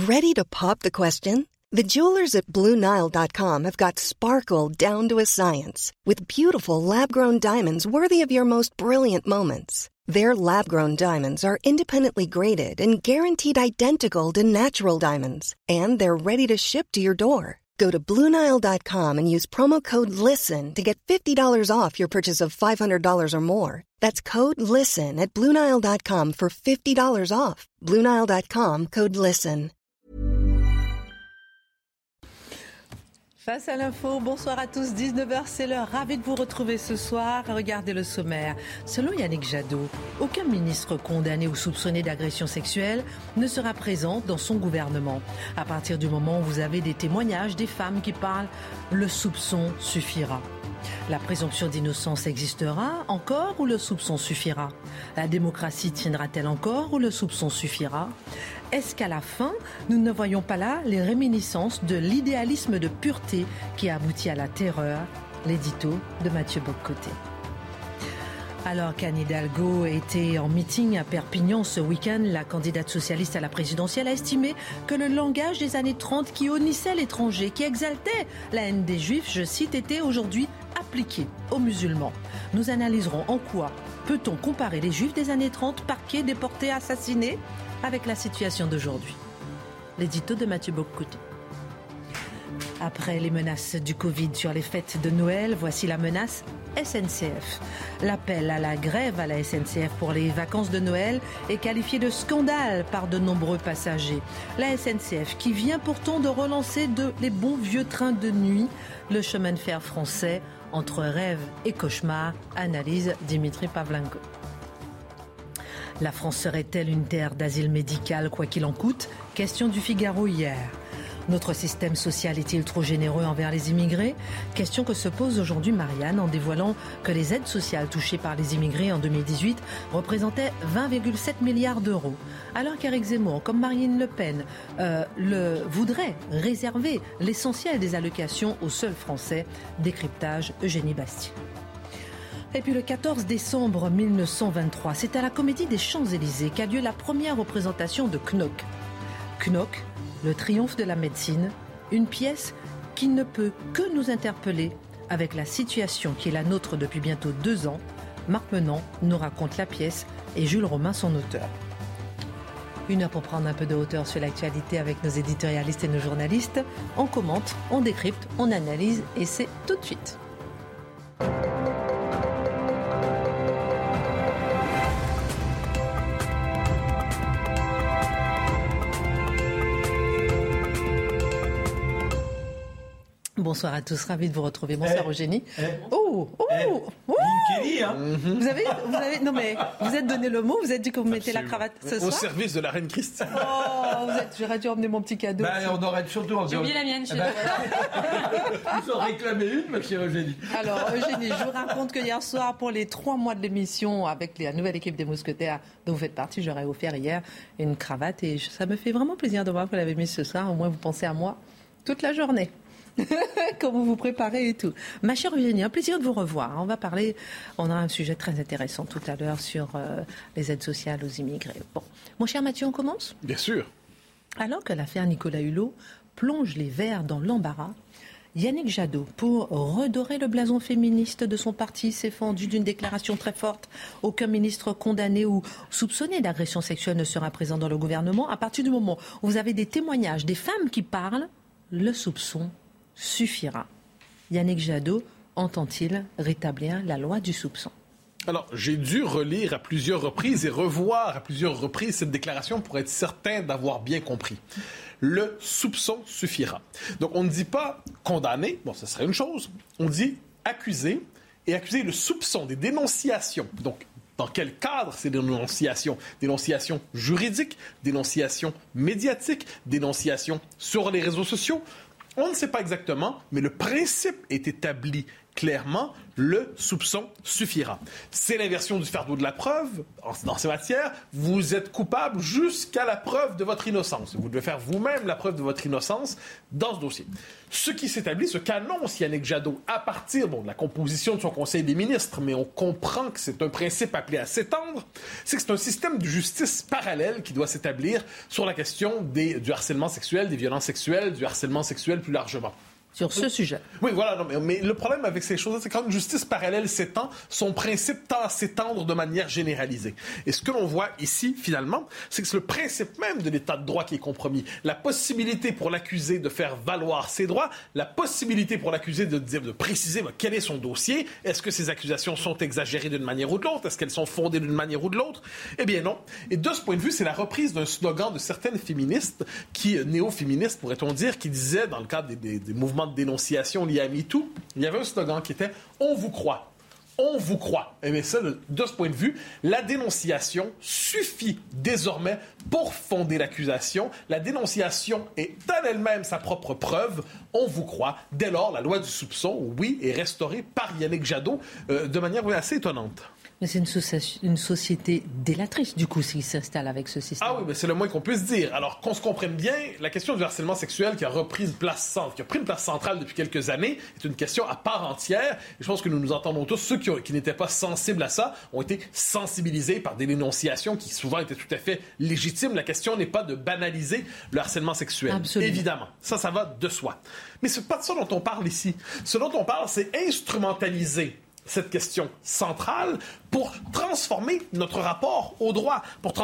Ready to pop the question? The jewelers at BlueNile.com have got sparkle down to a science with beautiful lab-grown diamonds worthy of your most brilliant moments. Their lab-grown diamonds are independently graded and guaranteed identical to natural diamonds, and they're ready to ship to your door. Go to BlueNile.com and use promo code LISTEN to get $50 off your purchase of $500 or more. That's code LISTEN at BlueNile.com for $50 off. BlueNile.com, code LISTEN. Face à l'info, bonsoir à tous, 19h, c'est l'heure. Ravi de vous retrouver ce soir. Regardez le sommaire. Selon Yannick Jadot, aucun ministre condamné ou soupçonné d'agression sexuelle ne sera présent dans son gouvernement. À partir du moment où vous avez des témoignages des femmes qui parlent, le soupçon suffira. La présomption d'innocence existera encore ou le soupçon suffira? La démocratie tiendra-t-elle encore ou le soupçon suffira? Est-ce qu'à la fin, nous ne voyons pas là les réminiscences de l'idéalisme de pureté qui a abouti à la terreur? L'édito de Mathieu Bock-Côté. Alors qu'Anne Hidalgo était en meeting à Perpignan ce week-end, la candidate socialiste à la présidentielle a estimé que le langage des années 30 qui honnissait l'étranger, qui exaltait la haine des juifs, je cite, était aujourd'hui appliqué aux musulmans. Nous analyserons en quoi peut-on comparer les juifs des années 30, parqués, déportés, assassinés, avec la situation d'aujourd'hui. L'édito de Mathieu Bock-Côté. Après les menaces du Covid sur les fêtes de Noël, voici la menace SNCF. L'appel à la grève à la SNCF pour les vacances de Noël est qualifié de scandale par de nombreux passagers. La SNCF qui vient pourtant de relancer les bons vieux trains de nuit, le chemin de fer français entre rêve et cauchemar, analyse Dimitri Pavlenko. La France serait-elle une terre d'asile médical quoi qu'il en coûte? Question du Figaro hier. Notre système social est-il trop généreux envers les immigrés? Question que se pose aujourd'hui Marianne en dévoilant que les aides sociales touchées par les immigrés en 2018 représentaient 20,7 milliards d'euros. Alors qu'Éric Zemmour, comme Marine Le Pen, voudrait réserver l'essentiel des allocations aux seuls Français. Décryptage Eugénie Bastier. Et puis le 14 décembre 1923, c'est à la Comédie des Champs-Élysées qu'a lieu la première représentation de Knock. Knock, le triomphe de la médecine, une pièce qui ne peut que nous interpeller avec la situation qui est la nôtre depuis bientôt 2 ans. Marc Menant nous raconte la pièce et Jules Romain son auteur. 1 heure pour prendre un peu de hauteur sur l'actualité avec nos éditorialistes et nos journalistes. On commente, on décrypte, on analyse et c'est tout de suite. Bonsoir à tous, ravi de vous retrouver. Bonsoir Eugénie. Kelly, hein. Vous avez, non mais vous êtes donné le mot, vous êtes dit que vous mettez la cravate ce soir. Au service de la reine Christine. Oh, j'aurais dû emmener mon petit cadeau. On aurait surtout. J'ai oublié la mienne. Vous en réclamez une, ma chère Eugénie. Alors Eugénie, je vous raconte que hier soir, pour les 3 mois de l'émission, avec la nouvelle équipe des Mousquetaires dont vous faites partie, j'aurais offert hier une cravate et ça me fait vraiment plaisir de voir que vous l'avez mise ce soir. Au moins vous pensez à moi toute la journée. Comment vous préparez et tout. Ma chère Eugénie, un plaisir de vous revoir. On aura un sujet très intéressant tout à l'heure sur les aides sociales aux immigrés. Bon, mon cher Mathieu, on commence ? Bien sûr. Alors que l'affaire Nicolas Hulot plonge les Verts dans l'embarras, Yannick Jadot, pour redorer le blason féministe de son parti, s'est fendu d'une déclaration très forte. Aucun ministre condamné ou soupçonné d'agression sexuelle ne sera présent dans le gouvernement. À partir du moment où vous avez des témoignages des femmes qui parlent, le soupçon suffira. Yannick Jadot entend-il rétablir la loi du soupçon? Alors, j'ai dû relire à plusieurs reprises et revoir à plusieurs reprises cette déclaration pour être certain d'avoir bien compris. Le soupçon suffira. Donc, on ne dit pas condamner, bon, ce serait une chose. On dit accuser et accuser le soupçon des dénonciations. Donc, dans quel cadre ces dénonciations? Dénonciations juridiques, dénonciations médiatiques, dénonciations sur les réseaux sociaux. On ne sait pas exactement, mais le principe est établi clairement, le soupçon suffira. C'est l'inversion du fardeau de la preuve. Dans ces matières, vous êtes coupable jusqu'à la preuve de votre innocence. Vous devez faire vous-même la preuve de votre innocence dans ce dossier. Ce qui s'établit, ce qu'annonce Yannick Jadot à partir de la composition de son Conseil des ministres, mais on comprend que c'est un principe appelé à s'étendre, c'est que c'est un système de justice parallèle qui doit s'établir sur la question du harcèlement sexuel, des violences sexuelles, du harcèlement sexuel plus largement. Sur ce sujet. Oui, voilà. Non, mais le problème avec ces choses-là, c'est que quand une justice parallèle s'étend, son principe tend à s'étendre de manière généralisée. Et ce que l'on voit ici, finalement, c'est que c'est le principe même de l'état de droit qui est compromis. La possibilité pour l'accusé de faire valoir ses droits, la possibilité pour l'accusé de préciser quel est son dossier, est-ce que ces accusations sont exagérées d'une manière ou de l'autre, est-ce qu'elles sont fondées d'une manière ou de l'autre? Eh bien non. Et de ce point de vue, c'est la reprise d'un slogan de certaines féministes, néo-féministes, pourrait-on dire, qui disaient, dans le cadre des mouvements de dénonciation liée à MeToo, il y avait un slogan qui était « On vous croit ». On vous croit. Et bien ça, de ce point de vue, la dénonciation suffit désormais pour fonder l'accusation. La dénonciation est en elle-même sa propre preuve. On vous croit. Dès lors, la loi du soupçon, oui, est restaurée par Yannick Jadot de manière assez étonnante. Mais c'est une société délatrice, du coup, s'il s'installe avec ce système. Ah oui, mais c'est le moins qu'on puisse dire. Alors, qu'on se comprenne bien, la question du harcèlement sexuel qui a pris une place centrale depuis quelques années est une question à part entière. Et je pense que nous nous entendons tous, ceux qui n'étaient pas sensibles à ça ont été sensibilisés par des dénonciations qui souvent étaient tout à fait légitimes. La question n'est pas de banaliser le harcèlement sexuel. Absolument. Évidemment. Ça va de soi. Mais c'est pas de ça dont on parle ici. Ce dont on parle, c'est instrumentaliser cette question centrale pour transformer notre rapport au droit.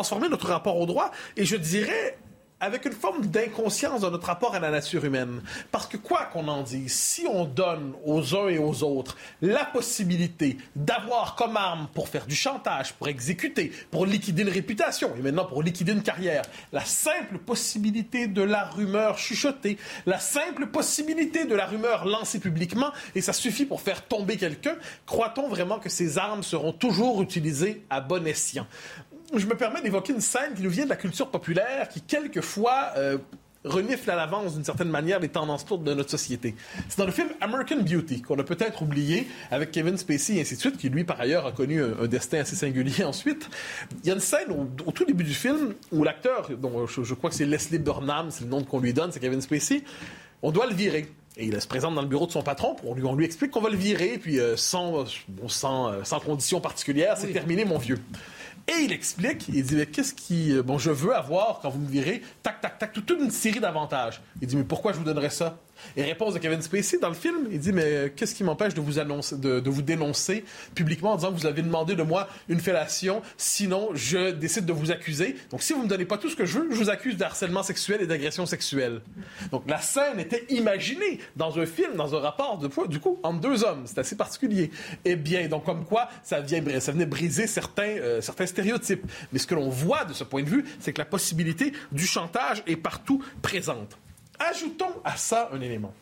Et je dirais avec une forme d'inconscience de notre rapport à la nature humaine. Parce que quoi qu'on en dise, si on donne aux uns et aux autres la possibilité d'avoir comme arme pour faire du chantage, pour exécuter, pour liquider une réputation, et maintenant pour liquider une carrière, la simple possibilité de la rumeur chuchotée, la simple possibilité de la rumeur lancée publiquement, et ça suffit pour faire tomber quelqu'un, croit-on vraiment que ces armes seront toujours utilisées à bon escient? Je me permets d'évoquer une scène qui nous vient de la culture populaire, qui quelquefois renifle à l'avance d'une certaine manière les tendances lourdes de notre société. C'est dans le film American Beauty, qu'on a peut-être oublié, avec Kevin Spacey et ainsi de suite, qui lui, par ailleurs, a connu un destin assez singulier ensuite. Il y a une scène au tout début du film où l'acteur, dont je crois que c'est Leslie Burnham, c'est le nom qu'on lui donne, c'est Kevin Spacey, on doit le virer. Et il se présente dans le bureau de son patron, on lui explique qu'on va le virer, puis sans condition particulière, c'est terminé, mon vieux. Et il explique, il dit, mais qu'est-ce qui... je veux avoir, quand vous me virez, toute une série d'avantages. Il dit, mais pourquoi je vous donnerais ça? Et réponse de Kevin Spacey dans le film, il dit, mais qu'est-ce qui m'empêche de vous dénoncer publiquement en disant que vous avez demandé de moi une fellation, sinon je décide de vous accuser. Donc si vous me donnez pas tout ce que je veux, je vous accuse de harcèlement sexuel et d'agression sexuelle. Donc la scène était imaginée dans un film, dans un rapport du coup entre deux hommes. C'est assez particulier. Eh bien, donc comme quoi ça venait briser certains stéréotypes. Mais ce que l'on voit de ce point de vue, c'est que la possibilité du chantage est partout présente. Ajoutons à ça un élément.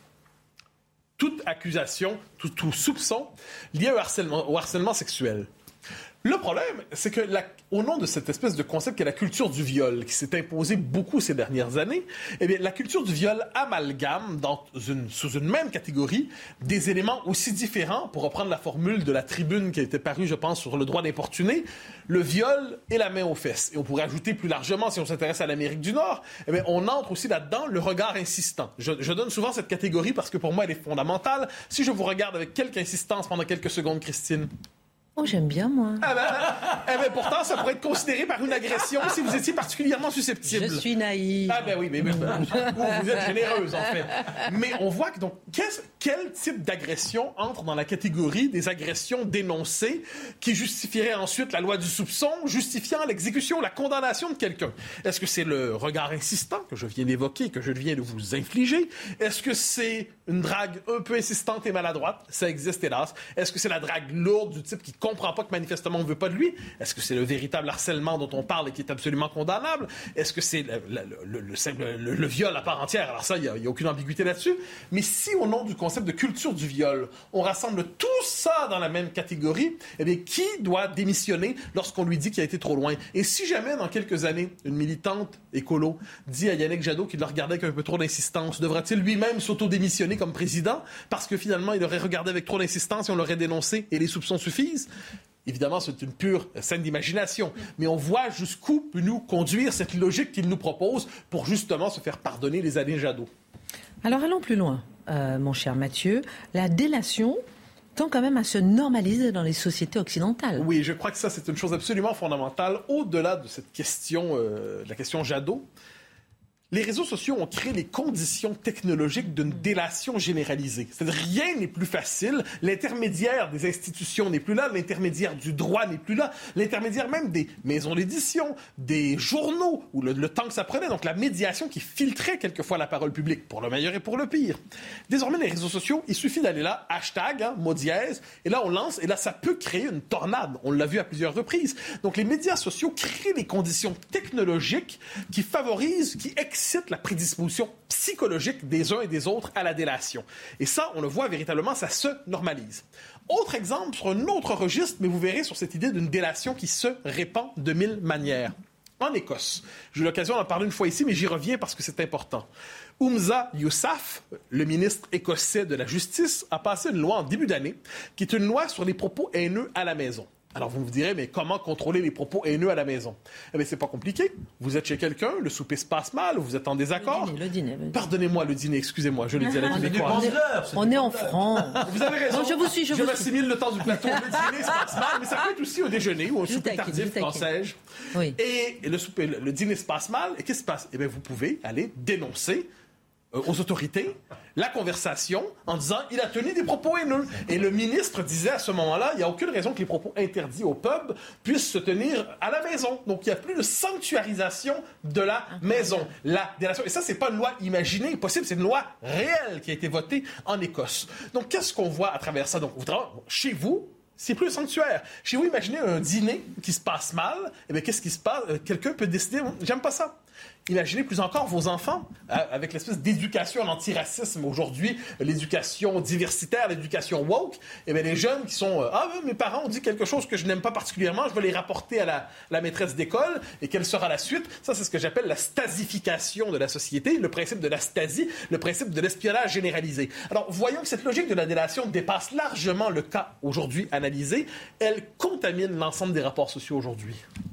Toute accusation, tout soupçon lié au harcèlement sexuel. Le problème, c'est que au nom de cette espèce de concept qu'est la culture du viol, qui s'est imposée beaucoup ces dernières années, eh bien, la culture du viol amalgame sous une même catégorie des éléments aussi différents, pour reprendre la formule de la tribune qui a été parue, je pense, sur le droit d'importuner, le viol et la main aux fesses. Et on pourrait ajouter plus largement, si on s'intéresse à l'Amérique du Nord, eh bien, on entre aussi là-dedans le regard insistant. Je donne souvent cette catégorie parce que pour moi, elle est fondamentale. Si je vous regarde avec quelque insistance pendant quelques secondes, Christine... Oh, j'aime bien, moi. Pourtant, ça pourrait être considéré par une agression si vous étiez particulièrement susceptible. Je suis naïve. Ah ben oui, mais vous êtes généreuse, en fait. Mais on voit que, donc, quel type d'agression entre dans la catégorie des agressions dénoncées qui justifieraient ensuite la loi du soupçon, justifiant l'exécution, la condamnation de quelqu'un? Est-ce que c'est le regard insistant que je viens d'évoquer, que je viens de vous infliger? Est-ce que c'est une drague un peu insistante et maladroite? Ça existe, hélas. Est-ce que c'est la drague lourde du type qui comprend pas que manifestement on veut pas de lui? Est-ce que c'est le véritable harcèlement dont on parle et qui est absolument condamnable? Est-ce que c'est le viol à part entière? Alors ça, il y a aucune ambiguïté là-dessus. Mais si au nom du concept concept de culture du viol. On rassemble tout ça dans la même catégorie. Eh bien, qui doit démissionner lorsqu'on lui dit qu'il a été trop loin? Et si jamais, dans quelques années, une militante écolo dit à Yannick Jadot qu'il le regardait avec un peu trop d'insistance, devra-t-il lui-même s'auto-démissionner comme président parce que finalement, il aurait regardé avec trop d'insistance et on l'aurait dénoncé et les soupçons suffisent? Évidemment, c'est une pure scène d'imagination, mais on voit jusqu'où peut nous conduire cette logique qu'il nous propose pour justement se faire pardonner les années Jadot. Alors allons plus loin, mon cher Mathieu. La délation tend quand même à se normaliser dans les sociétés occidentales. Oui, je crois que ça, c'est une chose absolument fondamentale. Au-delà de cette question, de la question Jadot, les réseaux sociaux ont créé les conditions technologiques d'une délation généralisée. C'est-à-dire rien n'est plus facile. L'intermédiaire des institutions n'est plus là. L'intermédiaire du droit n'est plus là. L'intermédiaire même des maisons d'édition, des journaux, ou le temps que ça prenait. Donc la médiation qui filtrait quelquefois la parole publique, pour le meilleur et pour le pire. Désormais, les réseaux sociaux, il suffit d'aller là, hashtag, mot dièse, et là on lance, et là ça peut créer une tornade. On l'a vu à plusieurs reprises. Donc les médias sociaux créent les conditions technologiques qui favorisent, qui excitent la prédisposition psychologique des uns et des autres à la délation. Et ça, on le voit véritablement, ça se normalise. Autre exemple, sur un autre registre, mais vous verrez sur cette idée d'une délation qui se répand de 1000 manières. En Écosse, j'ai eu l'occasion d'en parler une fois ici, mais j'y reviens parce que c'est important. Humza Yousaf, le ministre écossais de la Justice, a passé une loi en début d'année qui est une loi sur les propos haineux à la maison. Alors, vous me direz, mais comment contrôler les propos haineux à la maison? Eh bien, c'est pas compliqué. Vous êtes chez quelqu'un, le souper se passe mal, vous êtes en désaccord. Le dîner. Pardonnez-moi, le dîner, excusez-moi, je le dis à la québécoise. On est en franc. Vous avez raison. Non, je vous suis. Je m'assimile le temps du plateau. Le dîner se passe mal, mais ça peut être aussi au déjeuner ou au souper tardif, en sais-je. Oui. Et le dîner se passe mal, et qu'est-ce qui se passe? Eh bien, vous pouvez aller dénoncer aux autorités la conversation en disant il a tenu des propos haineux. Et le ministre disait à ce moment-là, il n'y a aucune raison que les propos interdits au pub puissent se tenir à la maison. Donc, il n'y a plus de sanctuarisation de la maison. La délation. Et ça, c'est pas une loi imaginée, possible, c'est une loi réelle qui a été votée en Écosse. Donc, qu'est-ce qu'on voit à travers ça? Donc, chez vous, c'est plus un sanctuaire. Chez vous, imaginez un dîner qui se passe mal. Eh bien, qu'est-ce qui se passe? Quelqu'un peut décider, j'aime pas ça. Imaginez plus encore vos enfants, avec l'espèce d'éducation à l'antiracisme aujourd'hui, l'éducation diversitaire, l'éducation woke. Eh bien, les jeunes qui sont mes parents ont dit quelque chose que je n'aime pas particulièrement, je vais les rapporter à la maîtresse d'école, et quelle sera la suite? Ça, c'est ce que j'appelle la stasification de la société, le principe de la stasie, le principe de l'espionnage généralisé. Alors, voyons que cette logique de la délation dépasse largement le cas aujourd'hui analysé. Elle contamine l'ensemble des rapports sociaux aujourd'hui.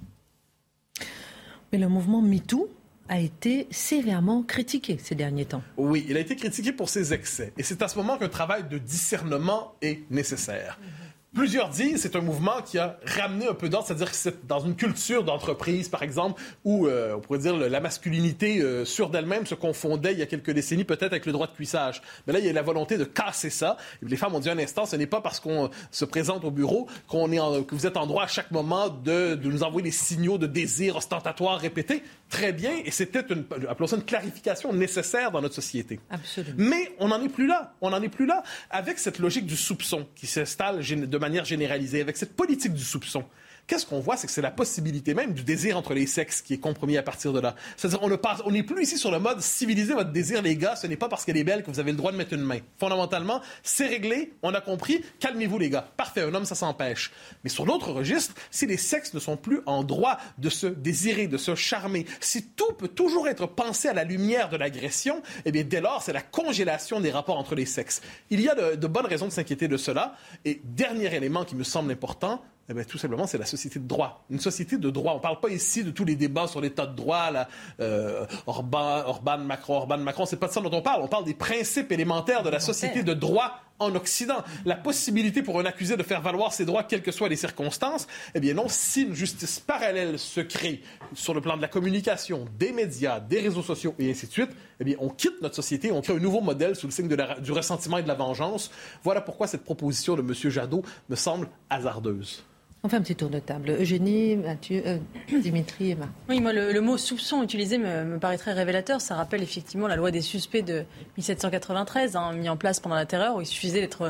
Mais le mouvement MeToo a été sévèrement critiqué ces derniers temps. Oui, il a été critiqué pour ses excès. Et c'est à ce moment qu'un travail de discernement est nécessaire. Plusieurs disent que c'est un mouvement qui a ramené un peu d'ordre, c'est-à-dire que c'est dans une culture d'entreprise, par exemple, où on pourrait dire la masculinité sûre d'elle-même se confondait il y a quelques décennies peut-être avec le droit de cuissage. Mais là, il y a la volonté de casser ça. Et les femmes ont dit un instant, ce n'est pas parce qu'on se présente au bureau que vous êtes en droit à chaque moment de nous envoyer des signaux de désir ostentatoires répétés. Très bien, et c'était appelons ça une clarification nécessaire dans notre société. Absolument. Mais on n'en est plus là. On n'en est plus là avec cette logique du soupçon qui s'installe de manière généralisée, avec cette politique du soupçon. Qu'est-ce qu'on voit, c'est que c'est la possibilité même du désir entre les sexes qui est compromis à partir de là. C'est-à-dire, on n'est plus ici sur le mode civiliser votre désir, les gars. Ce n'est pas parce qu'elle est belle que vous avez le droit de mettre une main. Fondamentalement, c'est réglé, on a compris. Calmez-vous, les gars. Parfait, un homme, ça s'empêche. Mais sur l'autre registre, si les sexes ne sont plus en droit de se désirer, de se charmer, si tout peut toujours être pensé à la lumière de l'agression, eh bien, dès lors, c'est la congélation des rapports entre les sexes. Il y a de bonnes raisons de s'inquiéter de cela. Et dernier élément qui me semble important, eh bien, tout simplement, c'est la société de droit. Une société de droit. On ne parle pas ici de tous les débats sur l'état de droit, Orban, Macron. C'est pas de ça dont on parle. On parle des principes élémentaires de la société de droit en Occident. La possibilité pour un accusé de faire valoir ses droits, quelles que soient les circonstances, eh bien non, si une justice parallèle se crée sur le plan de la communication, des médias, des réseaux sociaux et ainsi de suite, eh bien on quitte notre société, on crée un nouveau modèle sous le signe du ressentiment et de la vengeance. Voilà pourquoi cette proposition de M. Jadot me semble hasardeuse. On fait un petit tour de table. Eugénie, Mathieu, Dimitri et Marc. Oui, moi, le mot soupçon utilisé me paraît très révélateur. Ça rappelle effectivement la loi des suspects de 1793, mis en place pendant la Terreur, où il suffisait d'être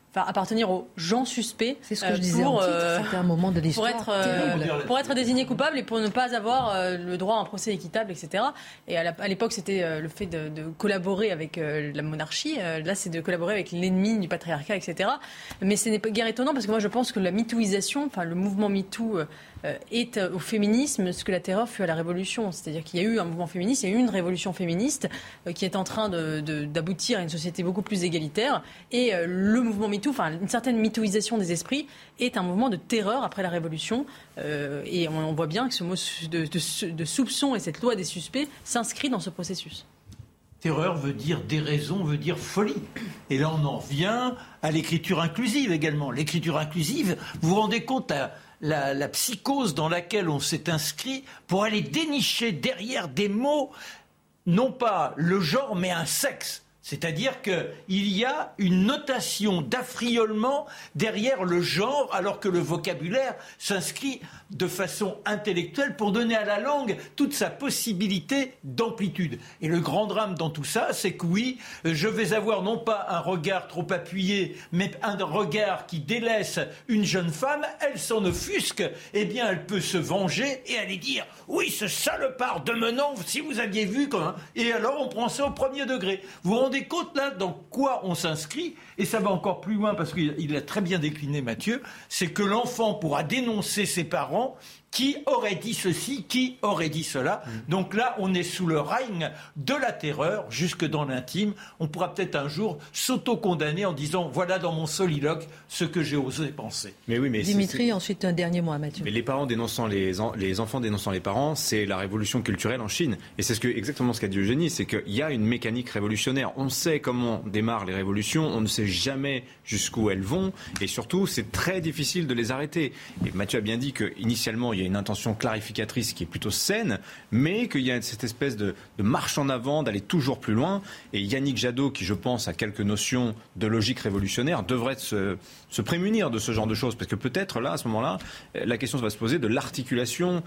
appartenir aux gens suspects. C'est ce que je disais en titre, c'était un moment de l'histoire pour être désigné coupable et pour ne pas avoir le droit à un procès équitable, etc. Et à l'époque, c'était le fait de collaborer avec la monarchie. Là, c'est de collaborer avec l'ennemi du patriarcat, etc. Mais ce n'est pas guère étonnant parce que moi, je pense que la MeTooisation, le mouvement MeToo est au féminisme ce que la terreur fut à la Révolution. C'est-à-dire qu'il y a eu un mouvement féministe, il y a eu une révolution féministe qui est en train d'aboutir à une société beaucoup plus égalitaire. Et le mouvement MeToo, une certaine MeTooisation des esprits, est un mouvement de terreur après la Révolution. Et on voit bien que ce mot de soupçon et cette loi des suspects s'inscrit dans ce processus. Terreur veut dire déraison, veut dire folie. Et là, on en revient à l'écriture inclusive également. L'écriture inclusive, vous vous rendez compte à la psychose dans laquelle on s'est inscrit pour aller dénicher derrière des mots, non pas le genre, mais un sexe. C'est-à-dire qu'il y a une notation d'affriolement derrière le genre, alors que le vocabulaire s'inscrit de façon intellectuelle pour donner à la langue toute sa possibilité d'amplitude. Et le grand drame dans tout ça, c'est que oui, je vais avoir non pas un regard trop appuyé, mais un regard qui délaisse une jeune femme, elle s'en offusque, eh bien elle peut se venger et aller dire « Oui, ce salopard de Menon, si vous aviez vu quand même ». Et alors on prend ça au premier degré. Vous vous rendez compte là dans quoi on s'inscrit, et ça va encore plus loin parce qu'il a très bien décliné Mathieu, c'est que l'enfant pourra dénoncer ses parents qui aurait dit ceci, qui aurait dit cela. Donc là, on est sous le règne de la terreur, jusque dans l'intime. On pourra peut-être un jour s'auto-condamner en disant « Voilà dans mon soliloque ce que j'ai osé penser ». Mais oui, mais Dimitri, ensuite un dernier mot à Mathieu. Mais les parents dénonçant les enfants dénonçant les parents, c'est la révolution culturelle en Chine. Et c'est exactement ce qu'a dit Eugénie, c'est qu'il y a une mécanique révolutionnaire. On sait comment démarrent les révolutions, on ne sait jamais jusqu'où elles vont, et surtout, c'est très difficile de les arrêter. Et Mathieu a bien dit qu'initialement, il y a une intention clarificatrice qui est plutôt saine, mais qu'il y a cette espèce de marche en avant, d'aller toujours plus loin. Et Yannick Jadot, qui je pense a quelques notions de logique révolutionnaire, devrait se prémunir de ce genre de choses. Parce que peut-être là, à ce moment-là, la question va se poser de l'articulation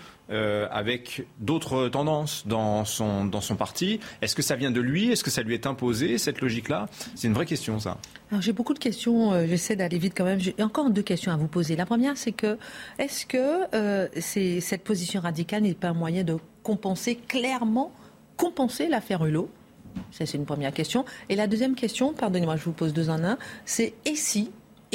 avec d'autres tendances dans son parti. Est-ce que ça vient de lui ? Est-ce que ça lui est imposé, cette logique-là ? C'est une vraie question, ça. Alors, j'ai beaucoup de questions, j'essaie d'aller vite quand même. J'ai encore 2 questions à vous poser. La première, c'est que, est-ce que cette position radicale n'est pas un moyen de compenser l'affaire Hulot ? Ça, c'est une première question. Et la deuxième question, pardonnez-moi, je vous pose 2 en 1, c'est et si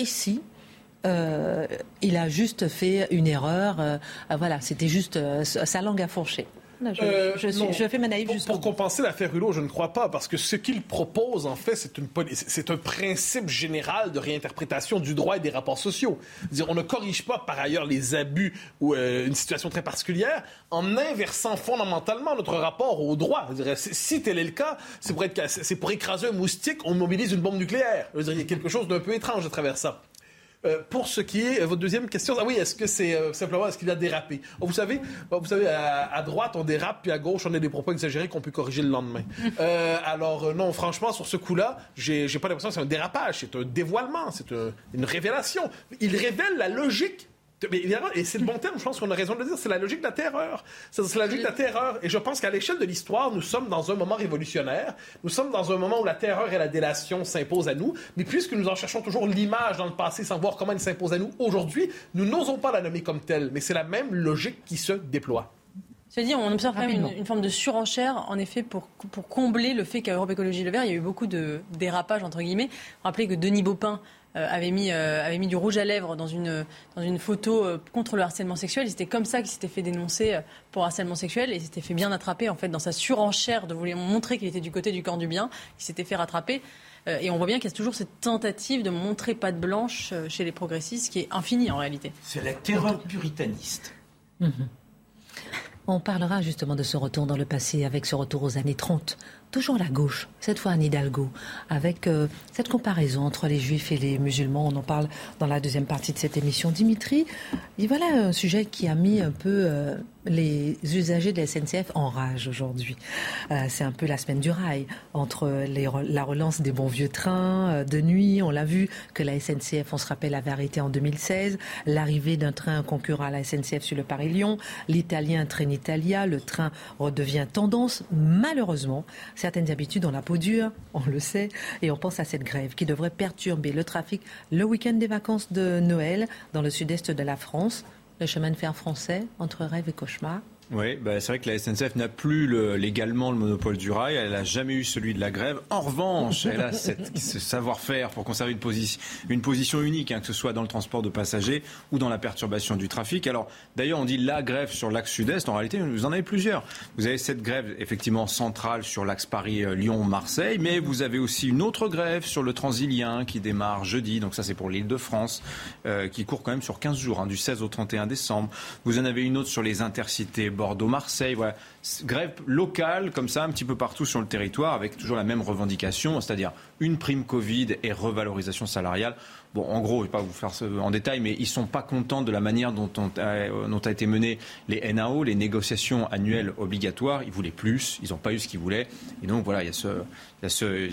il a juste fait une erreur, voilà, c'était juste sa langue à fourcher. Je fais ma naïve pour compenser l'affaire Hulot, je ne crois pas, parce que ce qu'il propose, en fait, c'est un principe général de réinterprétation du droit et des rapports sociaux. C'est-à-dire, on ne corrige pas, par ailleurs, les abus ou une situation très particulière en inversant fondamentalement notre rapport au droit. Si tel est le cas, c'est pour écraser un moustique, on mobilise une bombe nucléaire. Il y a quelque chose d'un peu étrange à travers ça. Pour ce qui est votre deuxième question, est-ce que c'est simplement est-ce qu'il a dérapé ? Vous savez, à droite on dérape, puis à gauche on a des propos exagérés qu'on peut corriger le lendemain. Alors non, franchement, sur ce coup-là, j'ai pas l'impression que c'est un dérapage, c'est un dévoilement, c'est une révélation. Il révèle la logique. Et c'est le bon terme, je pense qu'on a raison de le dire, c'est la logique de la terreur. C'est la logique de la terreur. Et je pense qu'à l'échelle de l'histoire, nous sommes dans un moment révolutionnaire. Nous sommes dans un moment où la terreur et la délation s'imposent à nous. Mais puisque nous en cherchons toujours l'image dans le passé sans voir comment elle s'impose à nous aujourd'hui, nous n'osons pas la nommer comme telle. Mais c'est la même logique qui se déploie. C'est-à-dire, on observe quand même une forme de surenchère, en effet, pour combler le fait qu'à Europe Écologie Les Verts, il y a eu beaucoup de dérapages, entre guillemets. Rappelez que Denis Baupin avait mis du rouge à lèvres dans une photo contre le harcèlement sexuel. C'était comme ça qu'il s'était fait dénoncer pour harcèlement sexuel et il s'était fait bien attraper, en fait, dans sa surenchère de vouloir montrer qu'il était du côté du camp du bien. Il s'était fait rattraper. Et on voit bien qu'il y a toujours cette tentative de montrer patte blanche chez les progressistes qui est infinie, en réalité. C'est la terreur puritaniste. Mmh. On parlera justement de ce retour dans le passé avec ce retour aux années 30. Toujours la gauche, cette fois Anne Hidalgo, avec cette comparaison entre les juifs et les musulmans. On en parle dans la deuxième partie de cette émission. Dimitri, et voilà un sujet qui a mis un peu les usagers de la SNCF en rage aujourd'hui. C'est un peu la semaine du rail, entre la relance des bons vieux trains de nuit. On l'a vu que la SNCF, on se rappelle, avait arrêté en 2016. L'arrivée d'un train concurrent à la SNCF sur le Paris-Lyon. L'italien Trenitalia, le train redevient tendance. Malheureusement, certaines habitudes ont la peau dure, on le sait, et on pense à cette grève qui devrait perturber le trafic le week-end des vacances de Noël dans le sud-est de la France. Le chemin de fer français, entre rêve et cauchemar. Oui, c'est vrai que la SNCF n'a plus légalement le monopole du rail. Elle n'a jamais eu celui de la grève. En revanche, elle a ce savoir-faire pour conserver une position unique, que ce soit dans le transport de passagers ou dans la perturbation du trafic. Alors, d'ailleurs, on dit la grève sur l'axe sud-est. En réalité, vous en avez plusieurs. Vous avez cette grève, effectivement, centrale sur l'axe Paris-Lyon-Marseille, mais vous avez aussi une autre grève sur le Transilien qui démarre jeudi. Donc ça, c'est pour l'Île-de-France, qui court quand même sur 15 jours, du 16 au 31 décembre. Vous en avez une autre sur les intercités Bordeaux-Marseille, voilà. Grève locale comme ça un petit peu partout sur le territoire avec toujours la même revendication, c'est-à-dire une prime Covid et revalorisation salariale. Bon, en gros, je ne vais pas vous faire en détail, mais ils ne sont pas contents de la manière dont a été menées les NAO, les négociations annuelles obligatoires. Ils voulaient plus, ils n'ont pas eu ce qu'ils voulaient. Et donc voilà, ça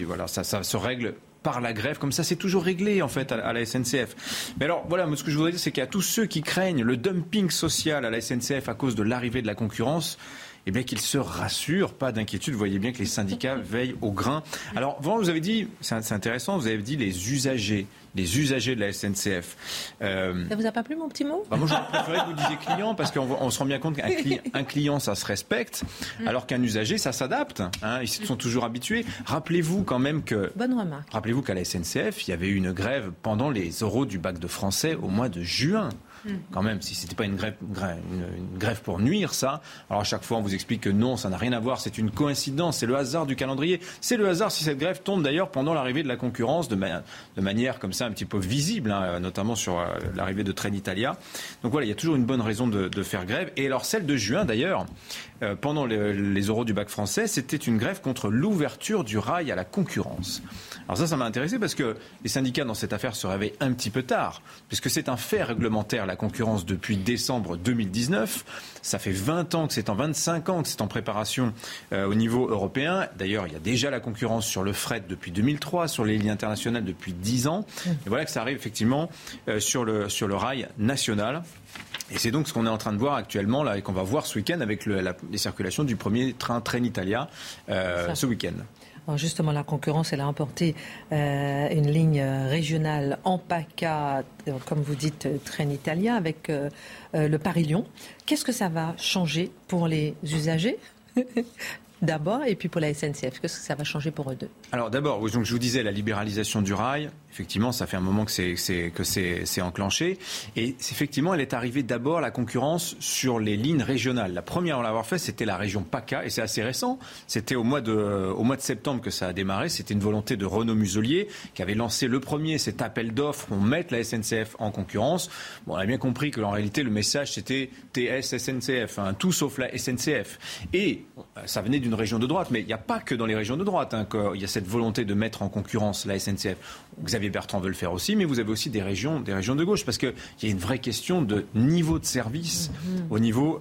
se règle par la grève, comme ça c'est toujours réglé en fait à la SNCF. Mais alors voilà, ce que je voudrais dire, c'est qu'il y a tous ceux qui craignent le dumping social à la SNCF à cause de l'arrivée de la concurrence, eh bien qu'ils se rassurent, pas d'inquiétude, vous voyez bien que les syndicats veillent au grain. Alors vous avez dit, c'est intéressant, vous avez dit les usagers de la SNCF. Ça vous a pas plu mon petit mot ? Moi j'aurais préféré que vous disiez client, parce qu'on se rend bien compte qu'un client ça se respecte, alors qu'un usager ça s'adapte. Ils se sont toujours habitués. Rappelez-vous quand même que... Bonne remarque. Rappelez-vous qu'à la SNCF, il y avait eu une grève pendant les oraux du bac de français au mois de juin. Quand même, si c'était pas une grève pour nuire, ça. Alors à chaque fois, on vous explique que non, ça n'a rien à voir, c'est une coïncidence, c'est le hasard du calendrier. C'est le hasard si cette grève tombe d'ailleurs pendant l'arrivée de la concurrence, de manière comme ça un petit peu visible, notamment sur l'arrivée de Trenitalia. Donc voilà, il y a toujours une bonne raison de faire grève. Et alors celle de juin d'ailleurs, pendant les oraux du bac français, c'était une grève contre l'ouverture du rail à la concurrence. Alors ça m'a intéressé parce que les syndicats dans cette affaire se réveillent un petit peu tard, puisque c'est un fait réglementaire, la concurrence, depuis décembre 2019. Ça fait 25 ans que c'est en préparation au niveau européen. D'ailleurs, il y a déjà la concurrence sur le fret depuis 2003, sur les lignes internationales depuis 10 ans. Et voilà que ça arrive effectivement sur le rail national. Et c'est donc ce qu'on est en train de voir actuellement là, et qu'on va voir ce week-end avec les circulations du premier train Trenitalia ce week-end. Alors justement, la concurrence, elle a emporté une ligne régionale en PACA, comme vous dites, Trenitalia, avec le Paris-Lyon. Qu'est-ce que ça va changer pour les usagers d'abord, et puis pour la SNCF, qu'est-ce que ça va changer pour eux deux ? Alors d'abord, donc je vous disais, la libéralisation du rail, effectivement, ça fait un moment que c'est enclenché. Et effectivement, elle est arrivée d'abord, la concurrence, sur les lignes régionales. La première à l'avoir fait, c'était la région PACA, et c'est assez récent. C'était au mois de septembre que ça a démarré. C'était une volonté de Renaud Muselier, qui avait lancé le premier cet appel d'offres pour mettre la SNCF en concurrence. Bon, on a bien compris que en réalité, le message, c'était TS-SNCF, tout sauf la SNCF. Et ça venait d'une région de droite, mais il n'y a pas que dans les régions de droite qu'il y a cette volonté de mettre en concurrence la SNCF. Xavier Bertrand veut le faire aussi, mais vous avez aussi des régions de gauche, parce qu'il y a une vraie question de niveau de service au niveau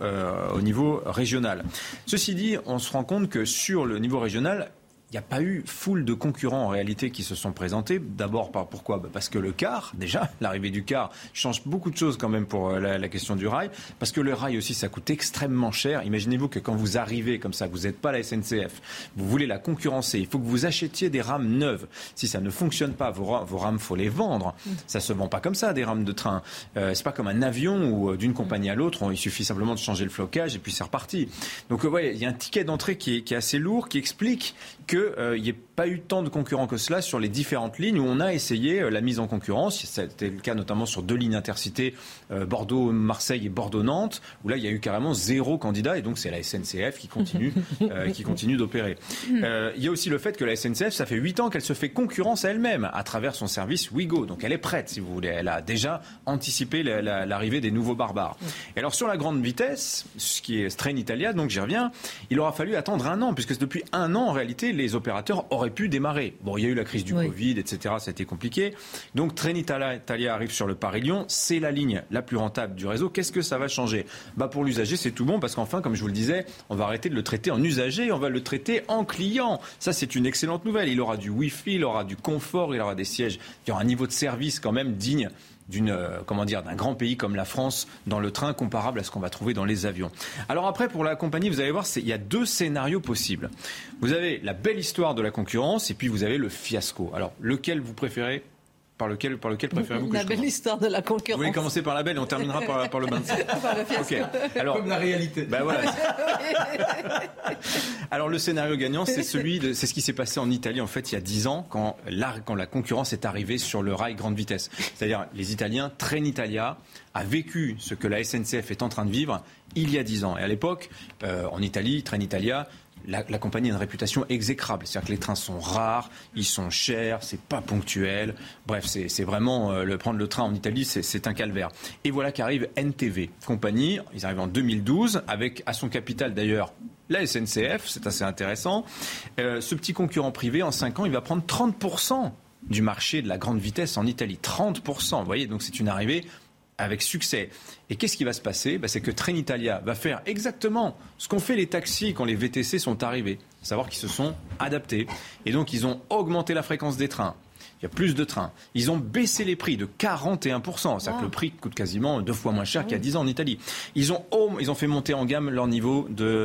régional. Ceci dit, on se rend compte que sur le niveau régional, il n'y a pas eu foule de concurrents en réalité qui se sont présentés. D'abord, pourquoi ? Parce que le car, déjà, l'arrivée du car change beaucoup de choses quand même pour la question du rail. Parce que le rail aussi, ça coûte extrêmement cher. Imaginez-vous que quand vous arrivez comme ça, vous n'êtes pas la SNCF, vous voulez la concurrencer, il faut que vous achetiez des rames neuves. Si ça ne fonctionne pas, vos rames, il faut les vendre. Ça ne se vend pas comme ça, des rames de train. C'est pas comme un avion où d'une compagnie à l'autre, il suffit simplement de changer le flocage et puis c'est reparti. Donc il y a un ticket d'entrée qui est assez lourd, qui explique qu'il n'y ait pas eu tant de concurrents que cela sur les différentes lignes où on a essayé la mise en concurrence. C'était le cas notamment sur 2 lignes intercités, Bordeaux-Marseille et Bordeaux-Nantes, où là il y a eu carrément 0 candidat et donc c'est la SNCF qui continue d'opérer. Il y a aussi le fait que la SNCF, ça fait 8 ans qu'elle se fait concurrence à elle-même à travers son service Ouigo. Donc elle est prête, si vous voulez. Elle a déjà anticipé l'arrivée des nouveaux barbares. Et alors sur la grande vitesse, ce qui est Trenitalia, donc j'y reviens, il aura fallu attendre 1 an, puisque depuis 1 an en réalité les opérateurs auraient pu démarrer. Bon, il y a eu la crise du Covid, etc. Ça a été compliqué. Donc Trenitalia arrive sur le Paris-Lyon. C'est la ligne la plus rentable du réseau. Qu'est-ce que ça va changer ? Pour l'usager, c'est tout bon parce qu'enfin, comme je vous le disais, on va arrêter de le traiter en usager, on va le traiter en client. Ça, c'est une excellente nouvelle. Il aura du Wi-Fi, il aura du confort, il aura des sièges qui aura un niveau de service quand même digne d'un grand pays comme la France dans le train, comparable à ce qu'on va trouver dans les avions. Alors après, pour la compagnie, vous allez voir, il y a 2 scénarios possibles. Vous avez la belle histoire de la concurrence et puis vous avez le fiasco. Alors, lequel vous préférez ? Par lequel préférez-vous que La belle histoire de la concurrence. Vous voulez commencer par la belle et on terminera par le bain de sang. Par le fiasco. Okay. Alors, comme la réalité. Ben voilà. Alors le scénario gagnant, c'est ce qui s'est passé en Italie en fait il y a 10 ans quand la concurrence est arrivée sur le rail grande vitesse. C'est-à-dire les Italiens, Trenitalia a vécu ce que la SNCF est en train de vivre il y a 10 ans. Et à l'époque, en Italie, Trenitalia, la compagnie a une réputation exécrable. C'est-à-dire que les trains sont rares, ils sont chers, c'est pas ponctuel. Bref, c'est vraiment prendre le train en Italie, c'est un calvaire. Et voilà qu'arrive NTV compagnie. Ils arrivent en 2012 avec à son capital d'ailleurs la SNCF. C'est assez intéressant. Ce petit concurrent privé en 5 ans, il va prendre 30% du marché de la grande vitesse en Italie. 30%. Vous voyez, donc c'est une arrivée avec succès. Et qu'est-ce qui va se passer ? C'est que Trenitalia va faire exactement ce qu'ont fait les taxis quand les VTC sont arrivés, à savoir qu'ils se sont adaptés. Et donc, ils ont augmenté la fréquence des trains. Il y a plus de trains. Ils ont baissé les prix de 41%. C'est-à-dire que le prix coûte quasiment 2 fois moins cher qu'il y a 10 ans en Italie. Ils ont fait monter en gamme leur niveau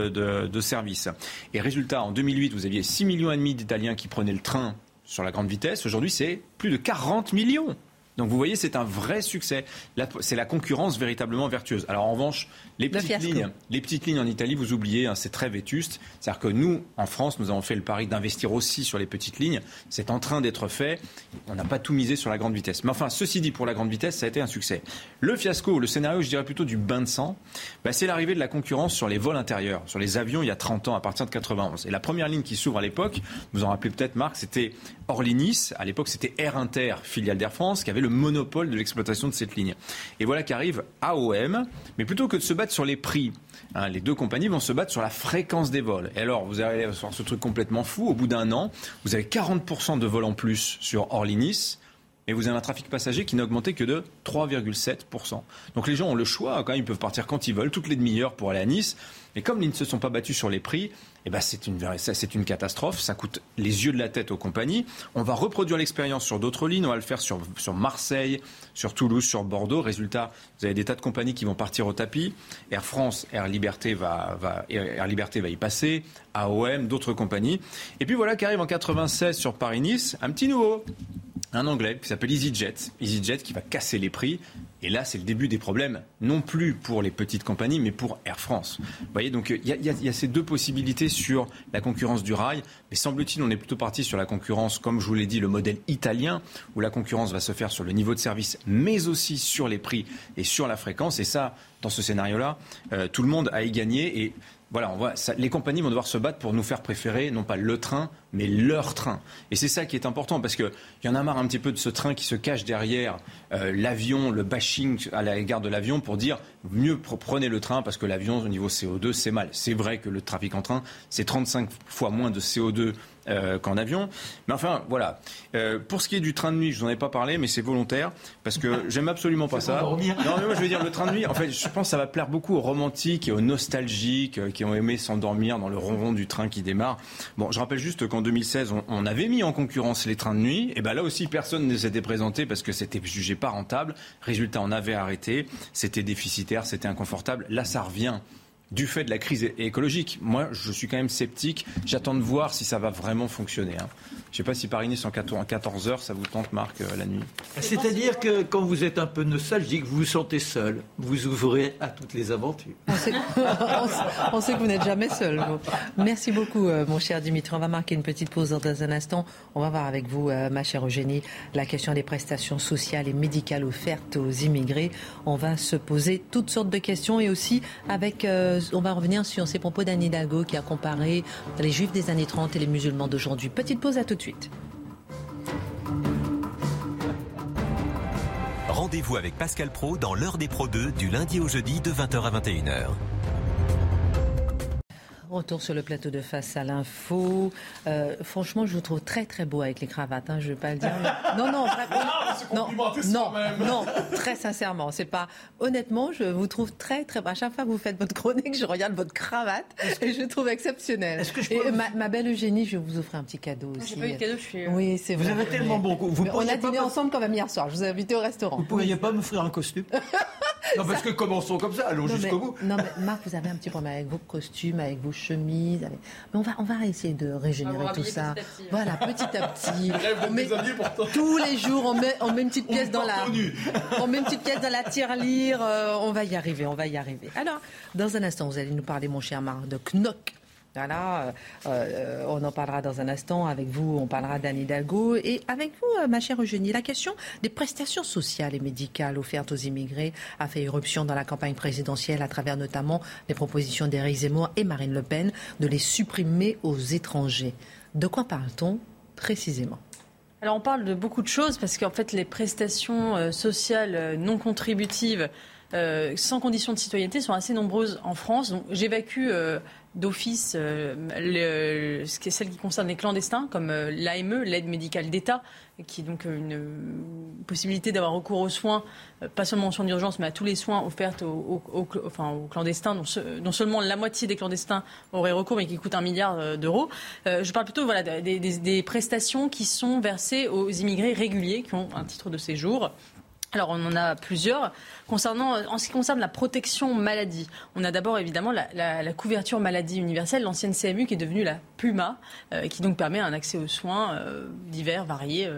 de service. Et résultat, en 2008, vous aviez 6,5 millions d'Italiens qui prenaient le train sur la grande vitesse. Aujourd'hui, c'est plus de 40 millions. Donc vous voyez, c'est un vrai succès. Là, c'est la concurrence véritablement vertueuse. Alors en revanche, les petites lignes en Italie, vous oubliez, c'est très vétuste. C'est-à-dire que nous, en France, nous avons fait le pari d'investir aussi sur les petites lignes. C'est en train d'être fait. On n'a pas tout misé sur la grande vitesse. Mais enfin, ceci dit, pour la grande vitesse, ça a été un succès. Le fiasco, le scénario, je dirais plutôt du bain de sang, c'est l'arrivée de la concurrence sur les vols intérieurs, sur les avions il y a 30 ans, à partir de 91. Et la première ligne qui s'ouvre à l'époque, vous en rappelez peut-être Marc, c'était Orly-Nice. À l'époque, c'était Air Inter, filiale d'Air France, qui avait le monopole de l'exploitation de cette ligne. Et voilà qu'arrive AOM, mais plutôt que de se battre sur les prix, les 2 compagnies vont se battre sur la fréquence des vols. Et alors, vous allez voir ce truc complètement fou, au bout d'un an, vous avez 40% de vols en plus sur Orly-Nice, et vous avez un trafic passager qui n'a augmenté que de 3,7%. Donc les gens ont le choix, quand même, ils peuvent partir quand ils veulent, toutes les demi-heures pour aller à Nice. Mais comme ils ne se sont pas battus sur les prix, c'est une catastrophe. Ça coûte les yeux de la tête aux compagnies. On va reproduire l'expérience sur d'autres lignes. On va le faire sur Marseille, sur Toulouse, sur Bordeaux. Résultat, vous avez des tas de compagnies qui vont partir au tapis. Air France, Air Liberté va y passer. AOM, d'autres compagnies. Et puis voilà qu'arrive en 96 sur Paris-Nice, un petit nouveau. Un Anglais qui s'appelle EasyJet. EasyJet qui va casser les prix. Et là, c'est le début des problèmes, non plus pour les petites compagnies, mais pour Air France. Vous voyez, donc il y a ces 2 possibilités sur la concurrence du rail. Mais semble-t-il, on est plutôt parti sur la concurrence, comme je vous l'ai dit, le modèle italien, où la concurrence va se faire sur le niveau de service, mais aussi sur les prix et sur la fréquence. Et ça, dans ce scénario-là, tout le monde a y gagné. Et voilà, les compagnies vont devoir se battre pour nous faire préférer, non pas le train, mais leur train. Et c'est ça qui est important, parce qu'il y en a marre un petit peu de ce train qui se cache derrière l'avion, le bashing à l'égard de l'avion, pour dire mieux prenez le train, parce que l'avion, au niveau CO2, c'est mal. C'est vrai que le trafic en train, c'est 35 fois moins de CO2 qu'en avion. Mais enfin, voilà. Pour ce qui est du train de nuit, je vous en ai pas parlé, mais c'est volontaire, parce que j'aime absolument pas ça. Non, mais moi, je veux dire, le train de nuit, en fait, je pense que ça va plaire beaucoup aux romantiques et aux nostalgiques qui ont aimé s'endormir dans le ronron du train qui démarre. Bon, je rappelle juste qu'en 2016, on avait mis en concurrence les trains de nuit. Et là aussi, personne ne s'était présenté parce que c'était jugé pas rentable. Résultat, on avait arrêté. C'était déficitaire, c'était inconfortable. Là, ça revient du fait de la crise écologique. Moi, je suis quand même sceptique. J'attends de voir si ça va vraiment fonctionner. Je ne sais pas si Paris-Nice en 14 heures, ça vous tente, Marc, la nuit. C'est-à-dire que quand vous êtes un peu nostalgique, vous vous sentez seul. Vous ouvrez à toutes les aventures. On sait que vous n'êtes jamais seul. Merci beaucoup, mon cher Dimitri. On va marquer une petite pause dans un instant. On va voir avec vous, ma chère Eugénie, la question des prestations sociales et médicales offertes aux immigrés. On va se poser toutes sortes de questions et aussi avec... on va revenir sur ces propos d'Anne Hidalgo qui a comparé les juifs des années 30 et les musulmans d'aujourd'hui. Petite pause, à tout de suite. Rendez-vous avec Pascal Praud dans l'heure des Pros 2 du lundi au jeudi de 20h à 21h. Retour sur le plateau de Face à l'info. Franchement, je vous trouve très très beau avec les cravates. Je ne vais pas le dire. Mais... Non, non, très sincèrement, c'est pas. Honnêtement, je vous trouve très très beau. À chaque fois que vous faites votre chronique, je regarde votre cravate et je trouve exceptionnelle. Ma belle Eugénie, je vais vous offrir un petit cadeau aussi. J'ai pas eu de cadeau, je suis. Oui, c'est vrai. Vous avez tellement bon goût. On a dîné ensemble quand même hier soir. Je vous ai invité au restaurant. Vous ne pourriez pas m'offrir un costume? Non, parce que commençons comme ça, allons jusqu'au bout. Non, mais Marc, vous avez un petit problème avec vos costumes, avec vos chemises. Mais on va essayer de régénérer tout ça. Voilà, petit à petit. Tous les jours, on met une petite pièce dans la tirelire. On va y arriver. Alors, dans un instant, vous allez nous parler, mon cher Marc, de Knock. Voilà, on en parlera dans un instant. Avec vous, on parlera d'Anne Hidalgo. Et avec vous, ma chère Eugénie, la question des prestations sociales et médicales offertes aux immigrés a fait irruption dans la campagne présidentielle à travers notamment les propositions d'Éric Zemmour et Marine Le Pen de les supprimer aux étrangers. De quoi parle-t-on précisément ? Alors on parle de beaucoup de choses parce qu'en fait les prestations sociales non contributives sans condition de citoyenneté sont assez nombreuses en France. Donc j'évacue d'office celles qui concernent les clandestins, comme l'AME, l'aide médicale d'État, qui est donc une possibilité d'avoir recours aux soins, pas seulement aux soins d'urgence, mais à tous les soins offerts aux clandestins, dont seulement la moitié des clandestins auraient recours, mais qui coûtent 1 milliard d'euros. Je parle plutôt des prestations qui sont versées aux immigrés réguliers, qui ont un titre de séjour. Alors, on en a plusieurs. En ce qui concerne la protection maladie, on a d'abord évidemment la couverture maladie universelle, l'ancienne CMU qui est devenue la PUMA, qui donc permet un accès aux soins divers, variés,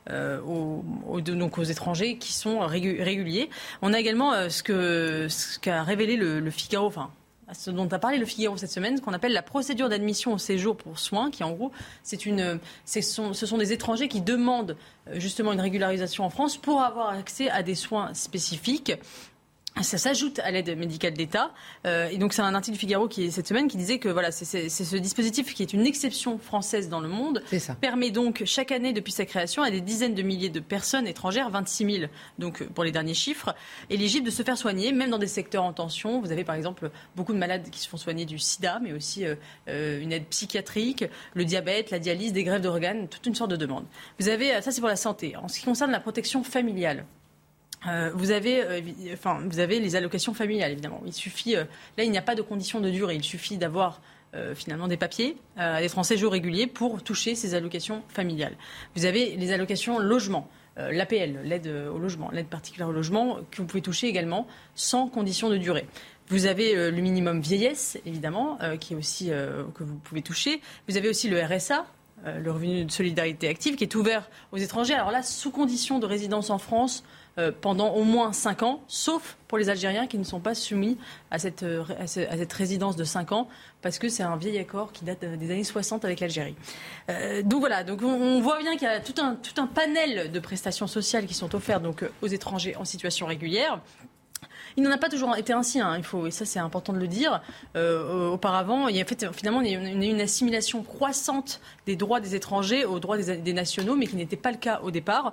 aux étrangers qui sont réguliers. On a également ce qu'a révélé le Figaro, ce dont a parlé le Figaro cette semaine, ce qu'on appelle la procédure d'admission au séjour pour soins, qui en gros, ce sont des étrangers qui demandent justement une régularisation en France pour avoir accès à des soins spécifiques. Ça s'ajoute à l'aide médicale d'État. Et donc, c'est un article du Figaro cette semaine qui disait que voilà, c'est ce dispositif qui est une exception française dans le monde. Permet donc chaque année, depuis sa création, à des dizaines de milliers de personnes étrangères, 26 000 donc, pour les derniers chiffres, éligibles de se faire soigner, même dans des secteurs en tension. Vous avez par exemple beaucoup de malades qui se font soigner du sida, mais aussi une aide psychiatrique, le diabète, la dialyse, des greffes d'organes, toute une sorte de demande. Vous avez, ça c'est pour la santé. En ce qui concerne la protection familiale, vous avez les allocations familiales, évidemment. Il suffit, là, il n'y a pas de condition de durée. Il suffit d'avoir finalement des papiers, d'être en séjour régulier pour toucher ces allocations familiales. Vous avez les allocations logement, l'APL, l'aide au logement, l'aide particulière au logement, que vous pouvez toucher également sans condition de durée. Vous avez le minimum vieillesse, évidemment, qui est aussi que vous pouvez toucher. Vous avez aussi le RSA. Le revenu de solidarité active, qui est ouvert aux étrangers. Alors là, sous condition de résidence en France pendant au moins 5 ans, sauf pour les Algériens qui ne sont pas soumis à cette résidence de 5 ans, parce que c'est un vieil accord qui date des années 60 avec l'Algérie. Donc voilà, donc on voit bien qu'il y a tout un panel de prestations sociales qui sont offertes donc, aux étrangers en situation régulière. Il n'en a pas toujours été ainsi, et ça c'est important de le dire. Auparavant, il y a finalement une assimilation croissante des droits des étrangers aux droits des nationaux, mais qui n'était pas le cas au départ.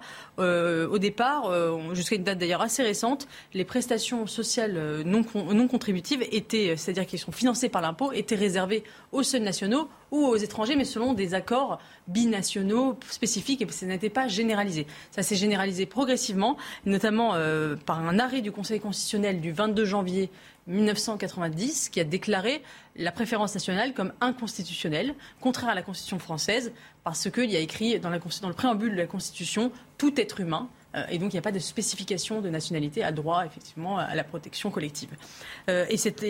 Jusqu'à une date d'ailleurs assez récente, les prestations sociales non contributives c'est-à-dire qui sont financées par l'impôt, étaient réservées aux seuls nationaux ou aux étrangers, mais selon des accords binationaux spécifiques, et ça n'était pas généralisé. Ça s'est généralisé progressivement, notamment par un arrêt du Conseil constitutionnel du 22 janvier 1990, qui a déclaré la préférence nationale comme inconstitutionnelle, contraire à la Constitution française, parce qu'il y a écrit dans le préambule de la Constitution « tout être humain ». Et donc, il n'y a pas de spécification de nationalité à droit, effectivement, à la protection collective. Cet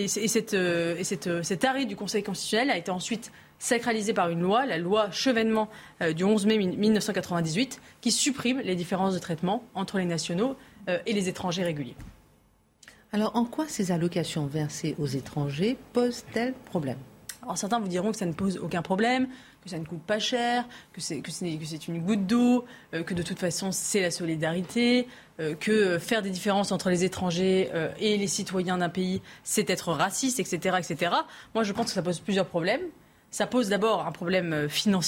arrêt du Conseil constitutionnel a été ensuite sacralisé par une loi, la loi Chevènement du 11 mai 1998, qui supprime les différences de traitement entre les nationaux et les étrangers réguliers. Alors, en quoi ces allocations versées aux étrangers posent-elles problème ? Alors, certains vous diront que ça ne pose aucun problème, que ça ne coûte pas cher, que c'est une goutte d'eau, que de toute façon c'est la solidarité, que faire des différences entre les étrangers et les citoyens d'un pays, c'est être raciste, etc., etc. Moi, je pense que ça pose plusieurs problèmes. Ça pose d'abord un problème financier.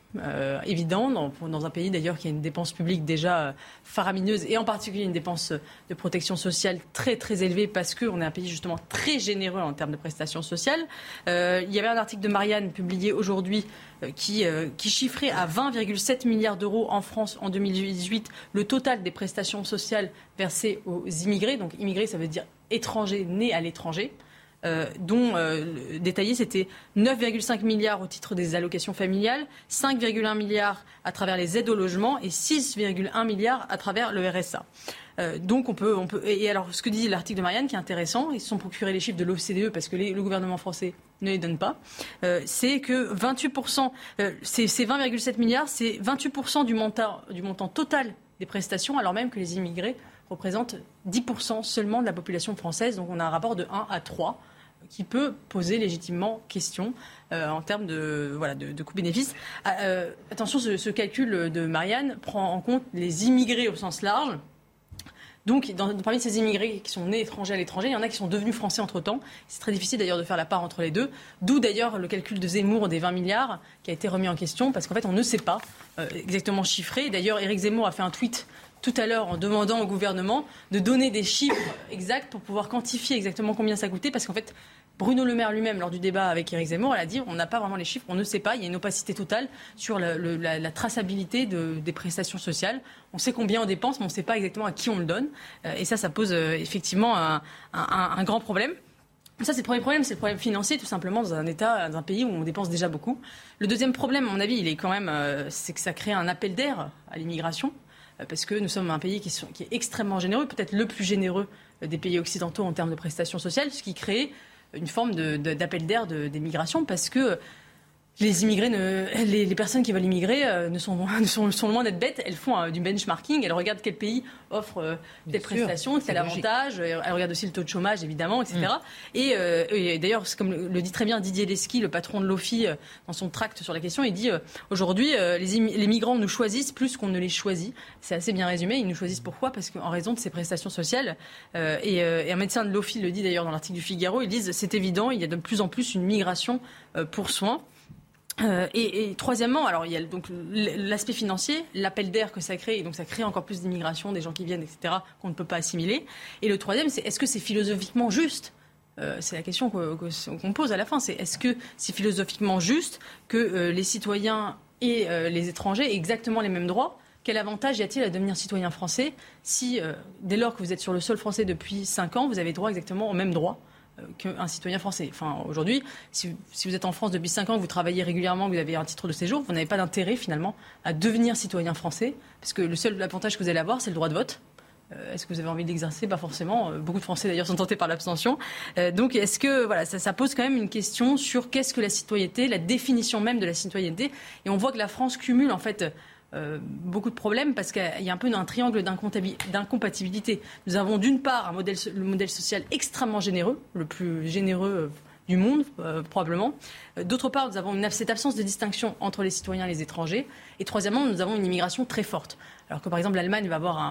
évident dans un pays d'ailleurs qui a une dépense publique déjà faramineuse et en particulier une dépense de protection sociale très très élevée parce qu'on est un pays justement très généreux en termes de prestations sociales. Il y avait un article de Marianne publié aujourd'hui qui chiffrait à 20,7 milliards d'euros en France en 2018 le total des prestations sociales versées aux immigrés. Donc immigrés, ça veut dire étrangers nés à l'étranger. Dont détaillé, c'était 9,5 milliards au titre des allocations familiales, 5,1 milliards à travers les aides au logement et 6,1 milliards à travers le RSA. Donc on peut. Et alors, ce que dit l'article de Marianne, qui est intéressant, ils se sont procurés les chiffres de l'OCDE parce que le gouvernement français ne les donne pas. C'est que 28%, ces 20,7 milliards, c'est 28% du montant total des prestations, alors même que les immigrés représentent 10% seulement de la population française. Donc on a un rapport de 1 à 3 qui peut poser légitimement question en termes de coût-bénéfice. Attention, ce calcul de Marianne prend en compte les immigrés au sens large. Donc, parmi ces immigrés qui sont nés étrangers à l'étranger, il y en a qui sont devenus français entre-temps. C'est très difficile d'ailleurs de faire la part entre les deux. D'où d'ailleurs le calcul de Zemmour des 20 milliards qui a été remis en question parce qu'en fait, on ne sait pas exactement chiffrer. D'ailleurs, Éric Zemmour a fait un tweet tout à l'heure en demandant au gouvernement de donner des chiffres exacts pour pouvoir quantifier exactement combien ça coûtait parce qu'en fait, Bruno Le Maire lui-même, lors du débat avec Éric Zemmour, elle a dit on n'a pas vraiment les chiffres, on ne sait pas, il y a une opacité totale sur la traçabilité des prestations sociales. On sait combien on dépense, mais on ne sait pas exactement à qui on le donne. Et ça pose effectivement un grand problème. Ça, c'est le premier problème, c'est le problème financier, tout simplement, dans un pays où on dépense déjà beaucoup. Le deuxième problème, à mon avis, il est quand même, c'est que ça crée un appel d'air à l'immigration. Parce que nous sommes un pays qui est extrêmement généreux, peut-être le plus généreux des pays occidentaux en termes de prestations sociales, ce qui crée une forme d'appel d'air des migrations, parce que les personnes qui veulent immigrer sont loin d'être bêtes. Elles font du benchmarking, elles regardent quel pays offre telle prestation, tel avantage. Elles regardent aussi le taux de chômage, évidemment, etc. Et d'ailleurs, comme le dit très bien Didier Lesky, le patron de l'OFI, dans son tract sur la question, il dit aujourd'hui, les migrants nous choisissent plus qu'on ne les choisit. C'est assez bien résumé. Ils nous choisissent pourquoi ? Parce qu'en raison de ces prestations sociales. Et un médecin de l'OFI le dit d'ailleurs dans l'article du Figaro, ils disent c'est évident, il y a de plus en plus une migration pour soins. Et troisièmement, alors il y a donc l'aspect financier, l'appel d'air que ça crée, et donc ça crée encore plus d'immigration, des gens qui viennent, etc., qu'on ne peut pas assimiler. Et le troisième, c'est est-ce que c'est philosophiquement juste ? C'est la question qu'on pose à la fin, c'est est-ce que c'est philosophiquement juste que les citoyens et les étrangers aient exactement les mêmes droits ? Quel avantage y a-t-il à devenir citoyen français si, dès lors que vous êtes sur le sol français depuis 5 ans, vous avez droit exactement aux mêmes droits qu'un citoyen français. Enfin, aujourd'hui, si vous êtes en France depuis 5 ans, que vous travaillez régulièrement, que vous avez un titre de séjour, vous n'avez pas d'intérêt finalement à devenir citoyen français, parce que le seul avantage que vous allez avoir, c'est le droit de vote. Est-ce que vous avez envie de l'exercer ? Pas forcément. Beaucoup de Français d'ailleurs sont tentés par l'abstention. Donc est-ce que ça pose quand même une question sur qu'est-ce que la citoyenneté, la définition même de la citoyenneté. Et on voit que la France cumule en fait beaucoup de problèmes parce qu'il y a un peu un triangle d'incompatibilité. Nous avons d'une part le modèle social extrêmement généreux, le plus généreux du monde probablement. D'autre part, nous avons cette absence de distinction entre les citoyens et les étrangers. Et troisièmement, nous avons une immigration très forte. Alors que par exemple l'Allemagne va avoir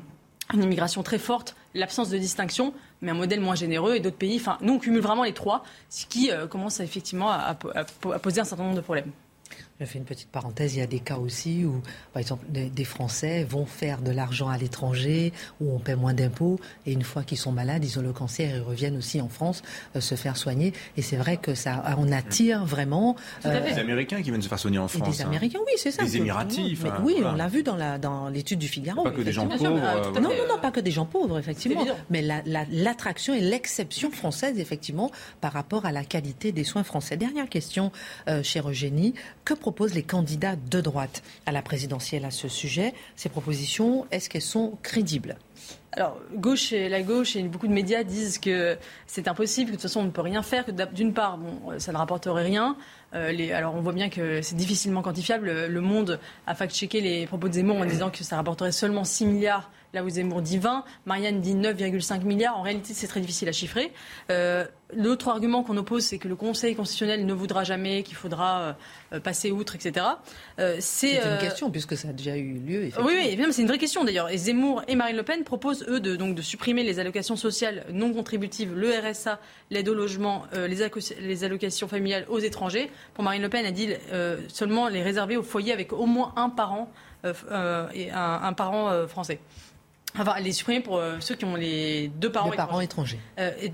une immigration très forte, l'absence de distinction, mais un modèle moins généreux et d'autres pays. Enfin, nous on cumule vraiment les trois, ce qui commence effectivement à poser un certain nombre de problèmes. Je fais une petite parenthèse, il y a des cas aussi où, par exemple, des Français vont faire de l'argent à l'étranger, où on paie moins d'impôts, et une fois qu'ils sont malades, ils ont le cancer, ils reviennent aussi en France se faire soigner. Et c'est vrai que on attire vraiment... Des Américains qui viennent se faire soigner en France. Des Américains, oui, c'est ça. Des Émiratis. Oui, voilà. On l'a vu dans l'étude du Figaro. Pas que des gens pauvres. Non, pas que des gens pauvres, effectivement. Mais l'attraction et l'exception française, effectivement, par rapport à la qualité des soins français. Dernière question, chère Eugénie. Que proposent les candidats de droite à la présidentielle à ce sujet ? Ces propositions, est-ce qu'elles sont crédibles ? Alors, la gauche et beaucoup de médias disent que c'est impossible, que de toute façon on ne peut rien faire, que d'une part, ça ne rapporterait rien. Alors on voit bien que c'est difficilement quantifiable. Le Monde a fact-checké les propos de Zemmour en disant que ça rapporterait seulement 6 milliards, là où Zemmour dit 20. Marianne dit 9,5 milliards. En réalité, c'est très difficile à chiffrer. L'autre argument qu'on oppose, c'est que le Conseil constitutionnel ne voudra jamais, qu'il faudra passer outre, etc. C'est une question, puisque ça a déjà eu lieu. Oui, évidemment, c'est une vraie question d'ailleurs. Et Zemmour et Marine Le Pen proposent, eux, de supprimer les allocations sociales non contributives, le RSA, l'aide au logement, les allocations familiales aux étrangers. Pour Marine Le Pen, elle dit seulement les réserver aux foyers avec au moins un parent et un parent français. Enfin, les supprimer pour ceux qui ont les deux parents étrangers.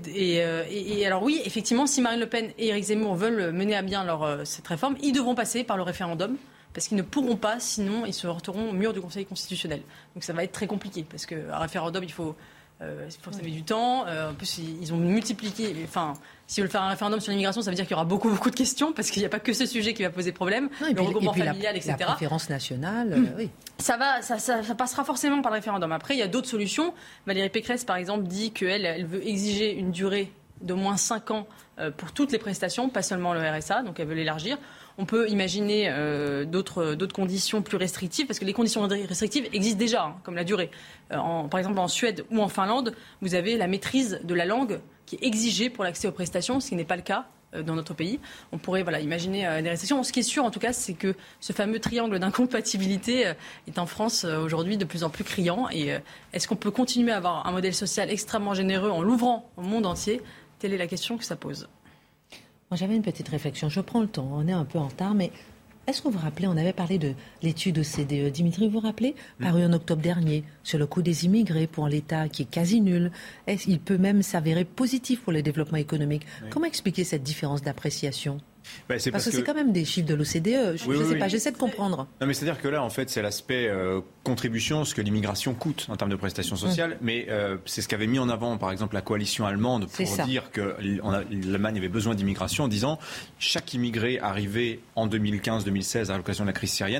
Et alors oui, effectivement, si Marine Le Pen et Éric Zemmour veulent mener à bien cette réforme, ils devront passer par le référendum, parce qu'ils ne pourront pas, sinon ils se heurteront au mur du Conseil constitutionnel. Donc ça va être très compliqué, parce qu'un référendum, il faut ça met du temps. En plus, ils ont multiplié. Enfin, s'ils veulent faire un référendum sur l'immigration, ça veut dire qu'il y aura beaucoup de questions, parce qu'il n'y a pas que ce sujet qui va poser problème. Non, le regroupement familial, etc. La préférence nationale, oui. Ça passera forcément par le référendum. Après, il y a d'autres solutions. Valérie Pécresse, par exemple, dit qu'elle veut exiger une durée d'au moins 5 ans pour toutes les prestations, pas seulement le RSA, donc elle veut l'élargir. On peut imaginer d'autres conditions plus restrictives, parce que les conditions restrictives existent déjà, comme la durée. Par exemple, en Suède ou en Finlande, vous avez la maîtrise de la langue qui est exigée pour l'accès aux prestations, ce qui n'est pas le cas dans notre pays. On pourrait imaginer des restrictions. Ce qui est sûr, en tout cas, c'est que ce fameux triangle d'incompatibilité est en France aujourd'hui de plus en plus criant. Et est-ce qu'on peut continuer à avoir un modèle social extrêmement généreux en l'ouvrant au monde entier ? Telle est la question que ça pose. Moi, j'avais une petite réflexion. Je prends le temps. On est un peu en retard, mais est-ce que vous vous rappelez, on avait parlé de l'étude OCDE. Dimitri, vous vous rappelez, parue en octobre dernier, sur le coût des immigrés pour l'État, qui est quasi nul. Il peut même s'avérer positif pour le développement économique. Oui. Comment expliquer cette différence d'appréciation ? Parce que c'est quand même des chiffres de l'OCDE. Je ne sais pas, j'essaie de comprendre. Non, mais c'est-à-dire que là, en fait, c'est l'aspect contribution, ce que l'immigration coûte en termes de prestations sociales. Mais c'est ce qu'avait mis en avant, par exemple, la coalition allemande pour dire que l'Allemagne avait besoin d'immigration, en disant chaque immigré arrivé en 2015-2016 à l'occasion de la crise syrienne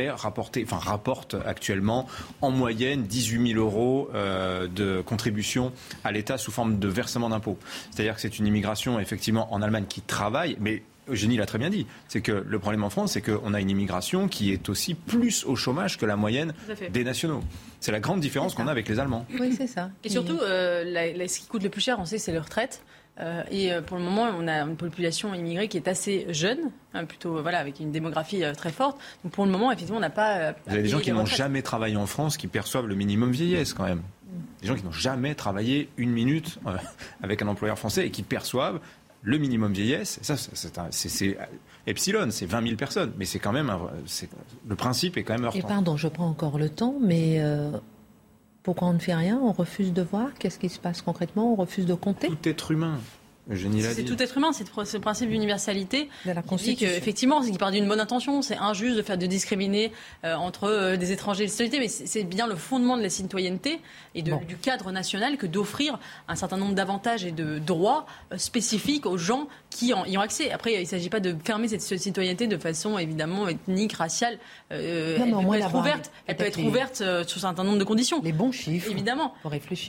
rapporte actuellement en moyenne 18 000 euros de contribution à l'État sous forme de versement d'impôts. C'est-à-dire que c'est une immigration, effectivement, en Allemagne qui travaille, mais Eugénie l'a très bien dit, c'est que le problème en France, c'est qu'on a une immigration qui est aussi plus au chômage que la moyenne des nationaux. C'est la grande différence qu'on a avec les Allemands. Oui, c'est ça. Et surtout, ce qui coûte le plus cher, on sait, c'est les retraites. Et pour le moment, on a une population immigrée qui est assez jeune, plutôt avec une démographie très forte. Donc pour le moment, effectivement, on n'a pas... Vous avez des gens qui n'ont jamais travaillé en France, qui perçoivent le minimum vieillesse quand même. Des gens qui n'ont jamais travaillé une minute avec un employeur français et qui perçoivent le minimum vieillesse. Ça, c'est epsilon, c'est 20 000 personnes. Mais c'est quand même... le principe est quand même heurtant. Et pardon, je prends encore le temps, mais... pourquoi on ne fait rien ? On refuse de voir ? Qu'est-ce qui se passe concrètement ? On refuse de compter ? Tout être humain. C'est tout être humain, c'est le principe d'universalité. De la Constitution. Effectivement, c'est qui part d'une bonne intention. C'est injuste de discriminer entre des étrangers et des citoyennetés, mais c'est bien le fondement de la citoyenneté et du cadre national que d'offrir un certain nombre d'avantages et de droits spécifiques aux gens qui y ont accès. Après, il ne s'agit pas de fermer cette citoyenneté de façon évidemment ethnique, raciale. Elle peut être ouverte sur un certain nombre de conditions. Les bons chiffres. Évidemment. Pour réfléchir.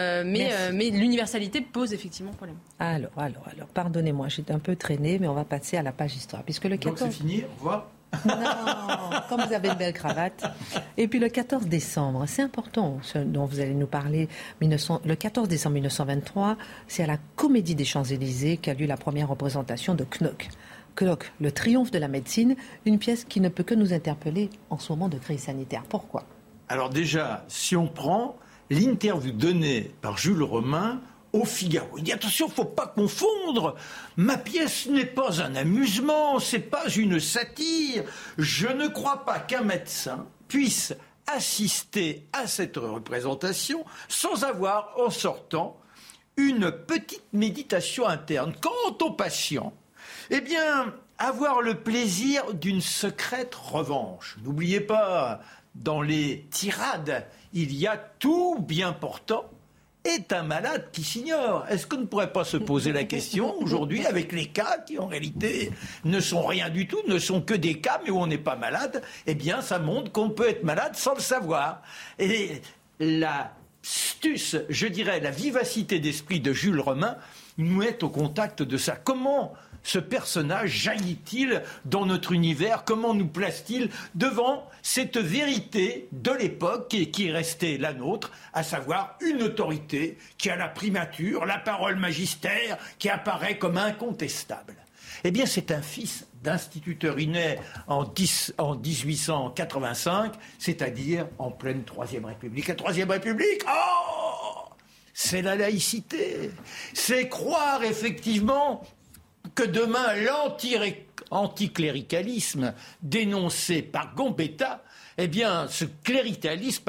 Mais l'universalité pose effectivement problème. Alors, pardonnez-moi, j'étais un peu traînée, mais on va passer à la page histoire. Puisque le 14... Donc c'est fini, au revoir. Non, comme vous avez une belle cravate. Et puis le 14 décembre, c'est important, ce dont vous allez nous parler. Le 14 décembre 1923, c'est à la Comédie des Champs-Élysées qu'a lieu la première représentation de Knock. Knock, le triomphe de la médecine, une pièce qui ne peut que nous interpeller en ce moment de crise sanitaire. Pourquoi ? Alors déjà, si on prend l'interview donnée par Jules Romain au Figaro. Il dit attention, il ne faut pas confondre. Ma pièce n'est pas un amusement, c'est pas une satire. Je ne crois pas qu'un médecin puisse assister à cette représentation sans avoir, en sortant, une petite méditation interne. Quant au patient, avoir le plaisir d'une secrète revanche. N'oubliez pas, dans les tirades, il y a tout bien portant est un malade qui s'ignore. Est-ce qu'on ne pourrait pas se poser la question aujourd'hui avec les cas qui en réalité ne sont rien du tout, ne sont que des cas mais où on n'est pas malade ? Eh bien ça montre qu'on peut être malade sans le savoir. Et l'astuce, je dirais la vivacité d'esprit de Jules Romain nous met au contact de ça. Comment ce personnage jaillit-il dans notre univers ? Comment nous place-t-il devant cette vérité de l'époque qui est restée la nôtre, à savoir une autorité qui a la primature, la parole magistère, qui apparaît comme incontestable ? Eh bien, c'est un fils d'instituteur inné en 1885, c'est-à-dire en pleine Troisième République. La Troisième République, c'est la laïcité. C'est croire effectivement que demain l'anticléricalisme dénoncé par Gambetta, eh bien, ce cléricalisme,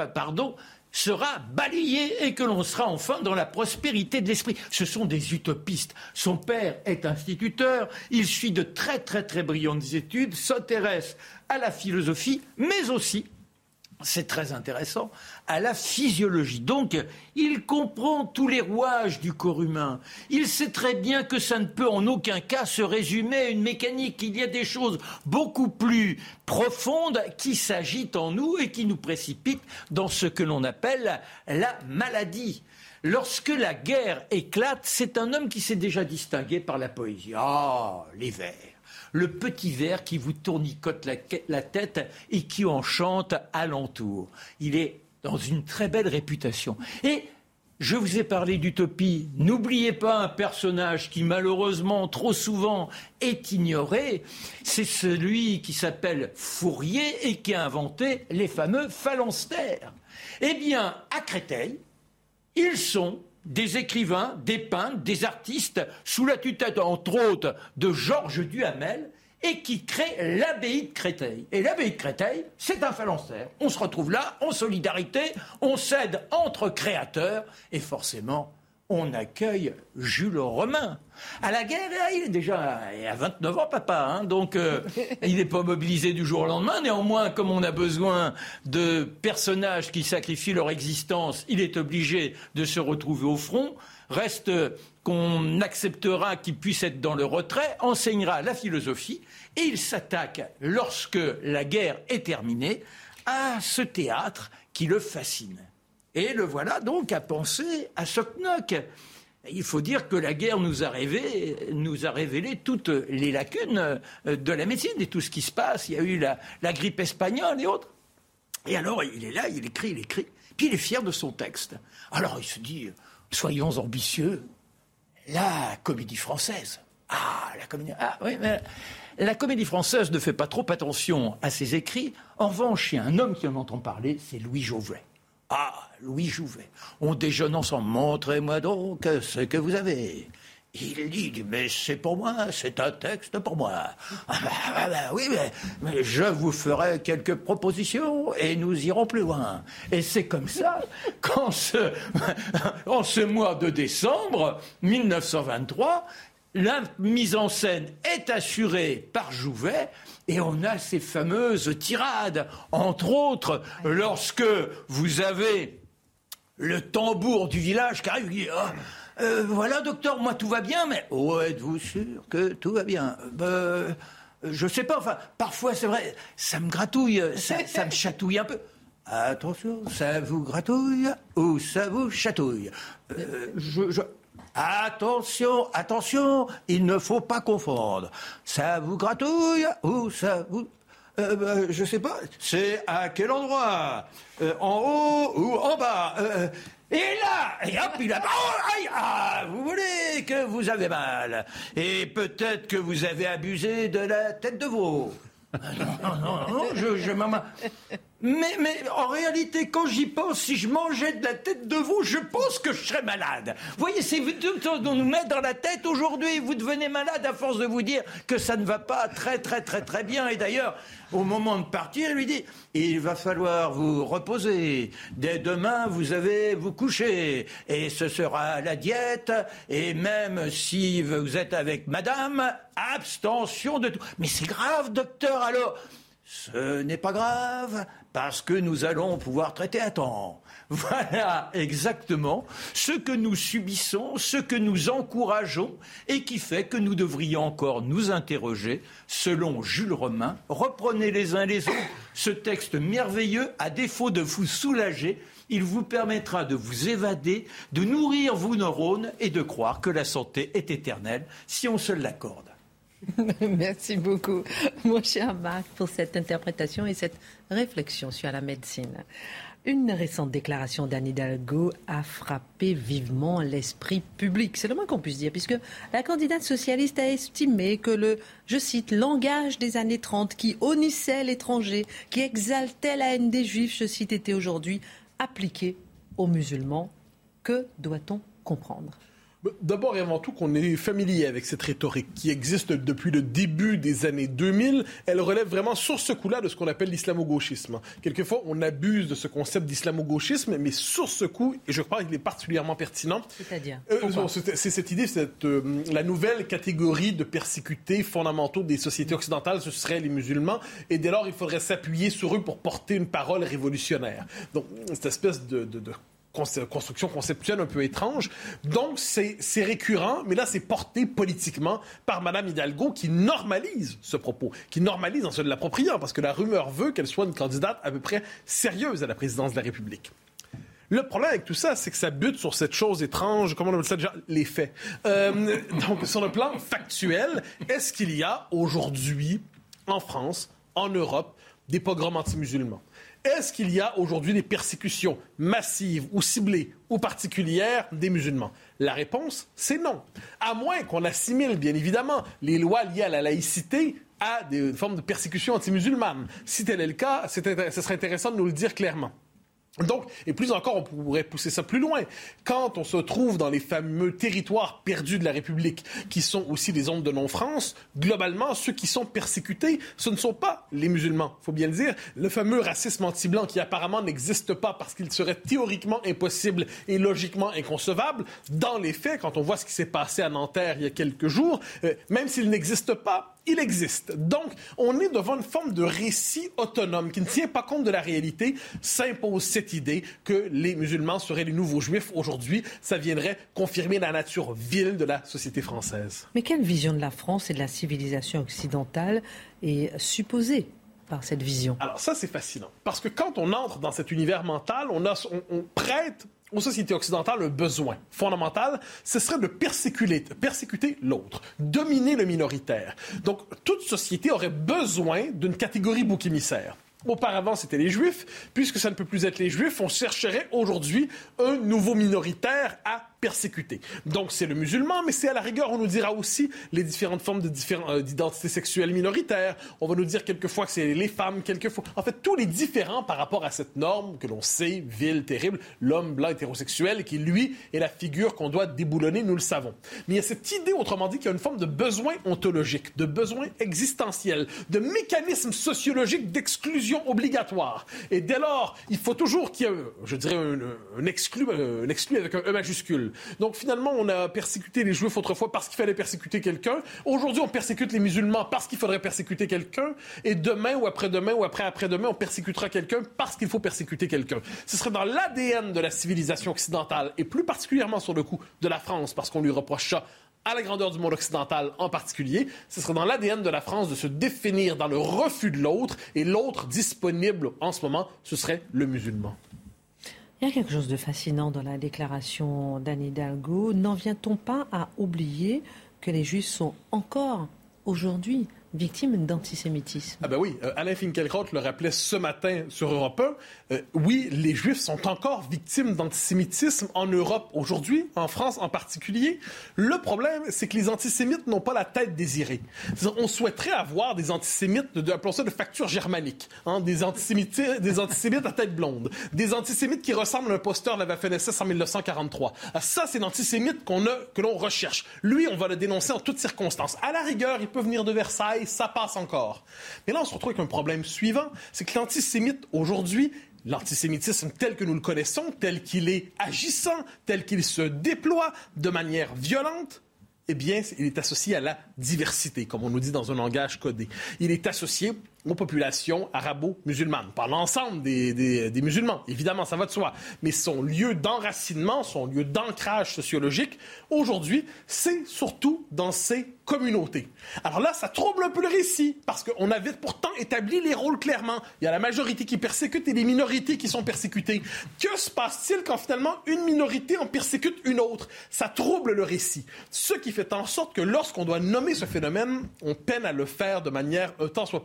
sera balayé et que l'on sera enfin dans la prospérité de l'esprit. Ce sont des utopistes. Son père est instituteur, il suit de très très très brillantes études, s'intéresse à la philosophie, mais aussi, c'est très intéressant, à la physiologie. Donc, il comprend tous les rouages du corps humain. Il sait très bien que ça ne peut en aucun cas se résumer à une mécanique. Il y a des choses beaucoup plus profondes qui s'agitent en nous et qui nous précipitent dans ce que l'on appelle la maladie. Lorsque la guerre éclate, c'est un homme qui s'est déjà distingué par la poésie. Les vers. Le petit ver qui vous tournicote la tête et qui en chante alentour. Il est dans une très belle réputation. Et je vous ai parlé d'utopie. N'oubliez pas un personnage qui malheureusement trop souvent est ignoré. C'est celui qui s'appelle Fourier et qui a inventé les fameux phalanstères. Eh bien, à Créteil, ils sont des écrivains, des peintres, des artistes, sous la tutelle, entre autres, de Georges Duhamel, et qui créent l'abbaye de Créteil. Et l'abbaye de Créteil, c'est un phalanstère. On se retrouve là, en solidarité, on s'aide entre créateurs, et forcément, on accueille Jules Romain. À la guerre, il est déjà à 29 ans, papa, donc il n'est pas mobilisé du jour au lendemain. Néanmoins, comme on a besoin de personnages qui sacrifient leur existence, il est obligé de se retrouver au front. Reste qu'on acceptera qu'il puisse être dans le retrait, enseignera la philosophie, et il s'attaque, lorsque la guerre est terminée, à ce théâtre qui le fascine. Et le voilà donc à penser à Socknock. Il faut dire que la guerre nous a révélé toutes les lacunes de la médecine et tout ce qui se passe. Il y a eu la grippe espagnole et autres. Et alors, il est là, il écrit, puis il est fier de son texte. Alors, il se dit, soyons ambitieux, la comédie française. La comédie française ne fait pas trop attention à ses écrits. En revanche, il y a un homme qui en entend parler, c'est Louis Jouvet. Louis Jouvet. On déjeune ensemble. Montrez-moi donc ce que vous avez. Il dit, mais c'est pour moi, c'est un texte pour moi. Oui, mais je vous ferai quelques propositions et nous irons plus loin. Et c'est comme ça qu'en ce mois de décembre 1923, la mise en scène est assurée par Jouvet et on a ces fameuses tirades. Entre autres, lorsque vous avez le tambour du village qui arrive, il dit voilà docteur, moi tout va bien, mais êtes-vous sûr que tout va bien? Je sais pas, enfin, parfois c'est vrai, ça me gratouille, ça me chatouille un peu. Attention, ça vous gratouille ou ça vous chatouille? Attention, il ne faut pas confondre. Ça vous gratouille ou ça vous... je sais pas, c'est à quel endroit? En haut ou en bas? Et là, et hop, il a... vous voulez que vous avez mal. Et peut-être que vous avez abusé de la tête de veau. Non, je maman. Mais en réalité, quand j'y pense, si je mangeais de la tête de veau, je pense que je serais malade. Vous voyez, c'est on nous met dans la tête aujourd'hui. Vous devenez malade à force de vous dire que ça ne va pas très très très très bien. Et d'ailleurs, au moment de partir, il lui dit, il va falloir vous reposer. Dès demain, vous allez vous coucher. Et ce sera la diète. Et même si vous êtes avec madame, abstention de tout. Mais c'est grave, docteur, alors. Ce n'est pas grave, parce que nous allons pouvoir traiter à temps. Voilà exactement ce que nous subissons, ce que nous encourageons, et qui fait que nous devrions encore nous interroger. Selon Jules Romain, reprenez les uns les autres ce texte merveilleux, à défaut de vous soulager, il vous permettra de vous évader, de nourrir vos neurones et de croire que la santé est éternelle, si on se l'accorde. Merci beaucoup, mon cher Marc, pour cette interprétation et cette réflexion sur la médecine. Une récente déclaration d'Anne Hidalgo a frappé vivement l'esprit public. C'est le moins qu'on puisse dire, puisque la candidate socialiste a estimé que le, je cite, langage des années 30 qui honnissait l'étranger, qui exaltait la haine des juifs, je cite, était aujourd'hui appliqué aux musulmans. Que doit-on comprendre ? D'abord et avant tout qu'on est familier avec cette rhétorique qui existe depuis le début des années 2000. Elle relève vraiment sur ce coup-là de ce qu'on appelle l'islamo-gauchisme. Quelquefois, on abuse de ce concept d'islamo-gauchisme, mais sur ce coup, et je crois qu'il est particulièrement pertinent, c'est-à-dire c'est cette idée, la nouvelle catégorie de persécutés fondamentaux des sociétés occidentales, ce seraient les musulmans, et dès lors, il faudrait s'appuyer sur eux pour porter une parole révolutionnaire. Donc, cette espèce de construction conceptuelle un peu étrange. Donc, c'est récurrent, mais là, c'est porté politiquement par Mme Hidalgo qui normalise ce propos, qui normalise en se l'appropriant, parce que la rumeur veut qu'elle soit une candidate à peu près sérieuse à la présidence de la République. Le problème avec tout ça, c'est que ça bute sur cette chose étrange, comment on appelle ça déjà, les faits. Donc, sur le plan factuel, est-ce qu'il y a aujourd'hui, en France, en Europe, des pogroms anti-musulmans? Est-ce qu'il y a aujourd'hui des persécutions massives ou ciblées ou particulières des musulmans? La réponse, c'est non. À moins qu'on assimile, bien évidemment, les lois liées à la laïcité à des formes de persécution anti-musulmane. Si tel est le cas, ce serait intéressant de nous le dire clairement. Donc, et plus encore, on pourrait pousser ça plus loin. Quand on se trouve dans les fameux territoires perdus de la République, qui sont aussi des zones de non-France, globalement, ceux qui sont persécutés, ce ne sont pas les musulmans, il faut bien le dire. Le fameux racisme anti-blanc qui apparemment n'existe pas parce qu'il serait théoriquement impossible et logiquement inconcevable, dans les faits, quand on voit ce qui s'est passé à Nanterre il y a quelques jours, même s'il n'existe pas, il existe. Donc, on est devant une forme de récit autonome qui ne tient pas compte de la réalité, s'impose cette idée que les musulmans seraient les nouveaux juifs aujourd'hui. Ça viendrait confirmer la nature vile de la société française. Mais quelle vision de la France et de la civilisation occidentale est supposée par cette vision? Alors ça, c'est fascinant. Parce que quand on entre dans cet univers mental, on prête aux sociétés occidentales un besoin fondamental, ce serait de persécuter l'autre, dominer le minoritaire. Donc, toute société aurait besoin d'une catégorie bouc émissaire. Auparavant, c'était les Juifs. Puisque ça ne peut plus être les Juifs, on chercherait aujourd'hui un nouveau minoritaire à persécuter. Donc, c'est le musulman, mais c'est à la rigueur, on nous dira aussi les différentes formes d'identité sexuelle minoritaire. On va nous dire quelquefois que c'est les femmes, quelquefois... En fait, tous les différents par rapport à cette norme que l'on sait, vile, terrible, l'homme blanc hétérosexuel, qui, lui, est la figure qu'on doit déboulonner, nous le savons. Mais il y a cette idée, autrement dit, qu'il y a une forme de besoin ontologique, de besoin existentiel, de mécanisme sociologique d'exclusion obligatoire. Et dès lors, il faut toujours qu'il y ait, je dirais, un exclu avec un E majuscule. Donc finalement, on a persécuté les Juifs autrefois parce qu'il fallait persécuter quelqu'un. Aujourd'hui, on persécute les musulmans parce qu'il faudrait persécuter quelqu'un. Et demain ou après-demain ou après-demain, on persécutera quelqu'un parce qu'il faut persécuter quelqu'un. Ce serait dans l'ADN de la civilisation occidentale et plus particulièrement sur le coup de la France parce qu'on lui reproche ça à la grandeur du monde occidental en particulier, ce serait dans l'ADN de la France de se définir dans le refus de l'autre, et l'autre disponible en ce moment, ce serait le musulman. Il y a quelque chose de fascinant dans la déclaration d'Anne Hidalgo. N'en vient-on pas à oublier que les Juifs sont encore aujourd'hui victimes d'antisémitisme? Ah ben oui, Alain Finkielkraut le rappelait ce matin sur Europe 1. Oui, les Juifs sont encore victimes d'antisémitisme en Europe aujourd'hui, en France en particulier. Le problème, c'est que les antisémites n'ont pas la tête désirée. On souhaiterait avoir des antisémites, appelons ça de facture germanique, des antisémites à tête blonde, des antisémites qui ressemblent à un poster de la Waffen-SS en 1943. Ça, c'est l'antisémite que l'on recherche. Lui, on va le dénoncer en toutes circonstances. À la rigueur, il peut venir de Versailles, ça passe encore. Mais là, on se retrouve avec un problème suivant, c'est que l'antisémite, aujourd'hui, l'antisémitisme tel que nous le connaissons, tel qu'il est agissant, tel qu'il se déploie de manière violente, eh bien, il est associé à la diversité, comme on nous dit dans un langage codé. Il est associé aux populations arabo-musulmanes, pas l'ensemble des musulmans, évidemment, ça va de soi, mais son lieu d'enracinement, son lieu d'ancrage sociologique, aujourd'hui, c'est surtout dans ces communautés. Alors là, ça trouble un peu le récit, parce qu'on avait pourtant établi les rôles clairement. Il y a la majorité qui persécute et les minorités qui sont persécutées. Que se passe-t-il quand finalement une minorité en persécute une autre? Ça trouble le récit. Ce qui fait en sorte que lorsqu'on doit nommer ce phénomène, on peine à le faire de manière un tant soit peu adéquate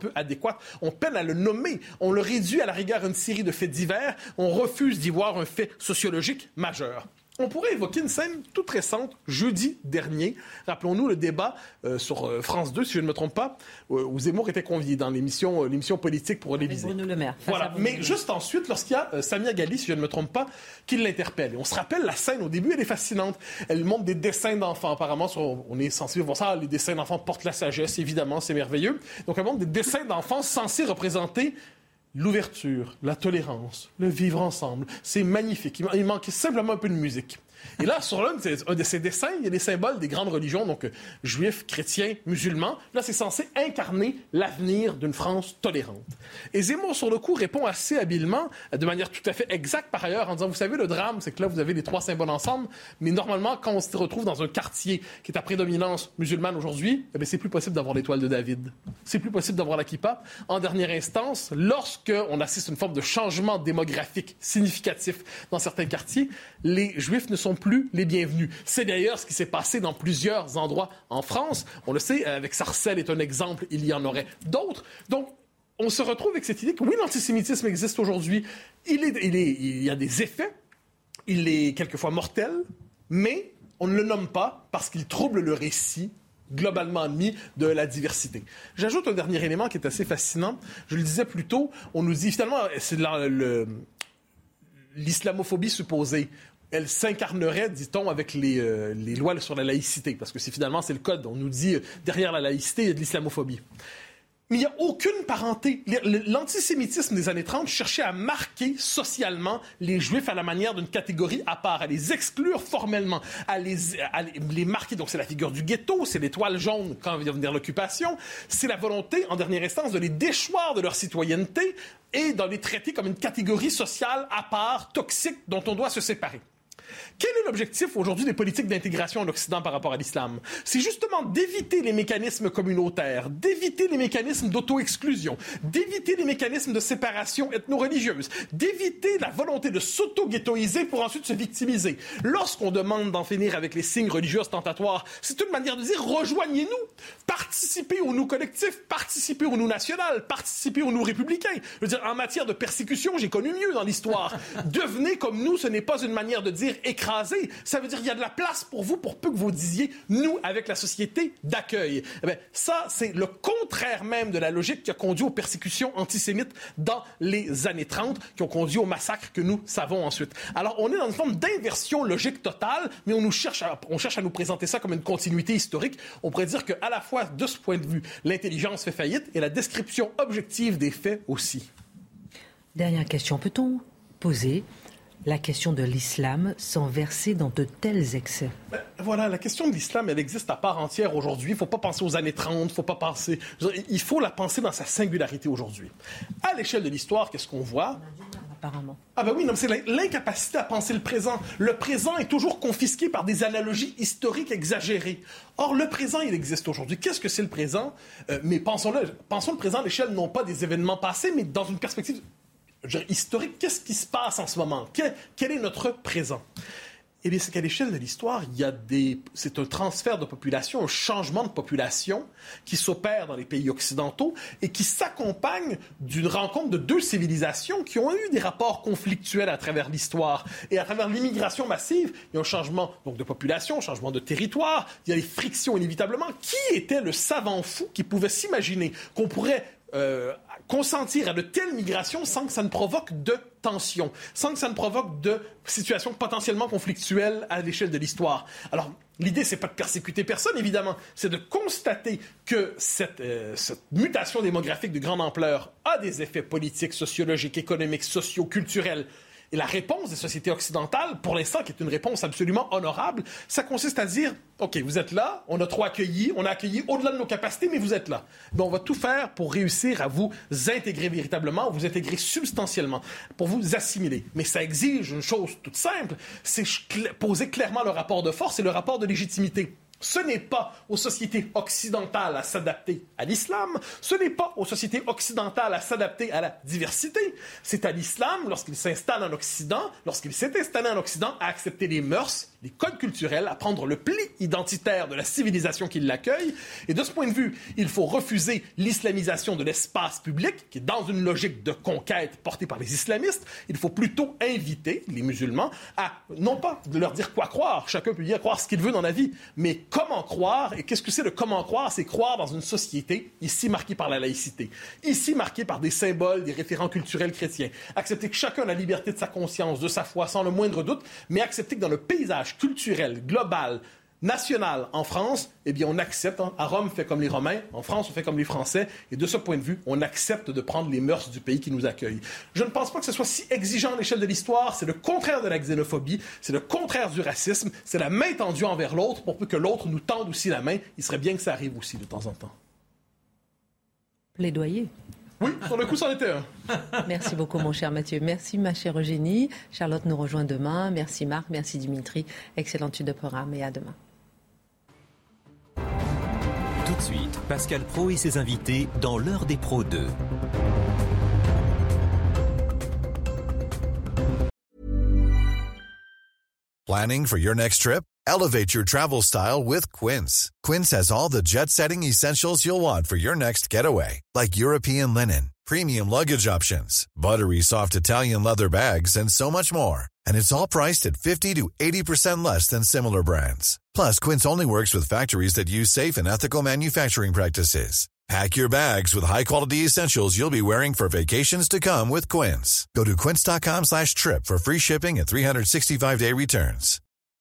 adéquate. On peine à le nommer. On le réduit à la rigueur à une série de faits divers. On refuse d'y voir un fait sociologique majeur. On pourrait évoquer une scène toute récente, jeudi dernier. Rappelons-nous le débat sur France 2, si je ne me trompe pas, où Zemmour était convié dans l'émission politique pour l'Élysée. Bruno Le Maire. Voilà. Mais juste ensuite, lorsqu'il y a Samia Ghali, si je ne me trompe pas, qui l'interpelle. Et on se rappelle la scène, au début, elle est fascinante. Elle montre des dessins d'enfants. Apparemment, on est sensible à voir ça. Les dessins d'enfants portent la sagesse, évidemment, c'est merveilleux. Donc, elle montre des dessins d'enfants censés représenter l'ouverture, la tolérance, le vivre ensemble. C'est magnifique. Il manquait simplement un peu de musique. Et là, sur l'un de ces dessins, il y a des symboles des grandes religions, donc juifs, chrétiens, musulmans. Là, c'est censé incarner l'avenir d'une France tolérante. Et Zemmour, sur le coup, répond assez habilement, de manière tout à fait exacte par ailleurs, en disant, vous savez, le drame, c'est que là, vous avez les trois symboles ensemble, mais normalement, quand on se retrouve dans un quartier qui est à prédominance musulmane aujourd'hui, eh bien, c'est plus possible d'avoir l'étoile de David. C'est plus possible d'avoir la kippa. En dernière instance, lorsqu'on assiste à une forme de changement démographique significatif dans certains quartiers, les juifs ne sont plus les bienvenus. C'est d'ailleurs ce qui s'est passé dans plusieurs endroits en France. On le sait, avec Sarcelles est un exemple, il y en aurait d'autres. Donc, on se retrouve avec cette idée que oui, l'antisémitisme existe aujourd'hui. Il y a des effets, il est quelquefois mortel, mais on ne le nomme pas parce qu'il trouble le récit globalement admis de la diversité. J'ajoute un dernier élément qui est assez fascinant. Je le disais plus tôt, on nous dit finalement, c'est l'islamophobie supposée. Elle s'incarnerait, dit-on, avec les lois sur la laïcité, parce que c'est le code. On nous dit, derrière la laïcité, il y a de l'islamophobie. Mais il n'y a aucune parenté. L'antisémitisme des années 30 cherchait à marquer socialement les Juifs à la manière d'une catégorie à part, à les exclure formellement, à les marquer. Donc c'est la figure du ghetto, c'est l'étoile jaune quand vient venir l'occupation. C'est la volonté, en dernière instance, de les déchoir de leur citoyenneté et de les traiter comme une catégorie sociale à part, toxique, dont on doit se séparer. Quel est l'objectif aujourd'hui des politiques d'intégration en Occident par rapport à l'islam? C'est justement d'éviter les mécanismes communautaires, d'éviter les mécanismes d'auto-exclusion, d'éviter les mécanismes de séparation ethno-religieuse, d'éviter la volonté de s'auto-ghettoiser pour ensuite se victimiser. Lorsqu'on demande d'en finir avec les signes religieux ostentatoires, c'est une manière de dire rejoignez-nous, participez au nous collectif, participez au nous national, participez au nous républicain. Je veux dire, en matière de persécution, j'ai connu mieux dans l'histoire. Devenez comme nous, ce n'est pas une manière de dire écrasé. Ça veut dire qu'il y a de la place pour vous pour peu que vous disiez nous avec la société d'accueil. Eh bien, ça, c'est le contraire même de la logique qui a conduit aux persécutions antisémites dans les années 30, qui ont conduit au massacre que nous savons ensuite. Alors, on est dans une forme d'inversion logique totale, mais on cherche à nous présenter ça comme une continuité historique. On pourrait dire qu'à la fois, de ce point de vue, l'intelligence fait faillite et la description objective des faits aussi. Dernière question. Peut-on poser la question de l'islam sans verser dans de tels excès? Voilà, la question de l'islam, elle existe à part entière aujourd'hui. Il ne faut pas penser aux années 30, il faut la penser dans sa singularité aujourd'hui. À l'échelle de l'histoire, qu'est-ce qu'on voit? Apparemment. Ah ben oui, non, c'est l'incapacité à penser le présent. Le présent est toujours confisqué par des analogies historiques exagérées. Or, le présent, il existe aujourd'hui. Qu'est-ce que c'est le présent? Mais pensons le présent à l'échelle non pas des événements passés, mais dans une perspective historique. Qu'est-ce qui se passe en ce moment? Quel est notre présent? Eh bien, c'est qu'à l'échelle de l'histoire, c'est un transfert de population, un changement de population qui s'opère dans les pays occidentaux et qui s'accompagne d'une rencontre de deux civilisations qui ont eu des rapports conflictuels à travers l'histoire. Et à travers l'immigration massive, il y a un changement donc, de population, un changement de territoire, il y a les frictions inévitablement. Qui était le savant fou qui pouvait s'imaginer qu'on pourrait consentir à de telles migrations sans que ça ne provoque de tensions, sans que ça ne provoque de situations potentiellement conflictuelles à l'échelle de l'histoire. Alors, l'idée, c'est pas de persécuter personne, évidemment, c'est de constater que cette mutation démographique de grande ampleur a des effets politiques, sociologiques, économiques, sociaux, culturels. Et la réponse des sociétés occidentales, pour l'instant, qui est une réponse absolument honorable, ça consiste à dire, OK, vous êtes là, on a trop accueilli, on a accueilli au-delà de nos capacités, mais vous êtes là. Ben, on va tout faire pour réussir à vous intégrer véritablement, vous intégrer substantiellement, pour vous assimiler. Mais ça exige une chose toute simple, c'est poser clairement le rapport de force et le rapport de légitimité. Ce n'est pas aux sociétés occidentales à s'adapter à l'islam, ce n'est pas aux sociétés occidentales à s'adapter à la diversité. C'est à l'islam, lorsqu'il s'installe en Occident, lorsqu'il s'est installé en Occident, à accepter les mœurs les codes culturels, à prendre le pli identitaire de la civilisation qui l'accueille. Et de ce point de vue, il faut refuser l'islamisation de l'espace public, qui est dans une logique de conquête portée par les islamistes. Il faut plutôt inviter les musulmans à, non pas de leur dire quoi croire, chacun peut bien croire ce qu'il veut dans la vie, mais comment croire. Et qu'est-ce que c'est le comment croire? C'est croire dans une société, ici marquée par la laïcité, ici marquée par des symboles, des référents culturels chrétiens. Accepter que chacun a la liberté de sa conscience, de sa foi, sans le moindre doute, mais accepter que dans le paysage culturel, global, national en France, eh bien, on accepte. À Rome, on fait comme les Romains. En France, on fait comme les Français. Et de ce point de vue, on accepte de prendre les mœurs du pays qui nous accueille. Je ne pense pas que ce soit si exigeant à l'échelle de l'histoire. C'est le contraire de la xénophobie. C'est le contraire du racisme. C'est la main tendue envers l'autre pour peu que l'autre nous tende aussi la main. Il serait bien que ça arrive aussi de temps en temps. Plaidoyer. Oui, sur le coup, c'en était un. Merci beaucoup, mon cher Mathieu. Merci, ma chère Eugénie. Charlotte nous rejoint demain. Merci, Marc. Merci, Dimitri. Excellente suite de programme et à demain. Tout de suite, Pascal Praud et ses invités dans l'heure des Pros 2. Planning for your next trip? Elevate your travel style with Quince. Quince has all the jet-setting essentials you'll want for your next getaway, like European linen, premium luggage options, buttery soft Italian leather bags, and so much more. And it's all priced at 50 to 80% less than similar brands. Plus, Quince only works with factories that use safe and ethical manufacturing practices. Pack your bags with high-quality essentials you'll be wearing for vacations to come with Quince. Go to quince.com/trip for free shipping and 365-day returns.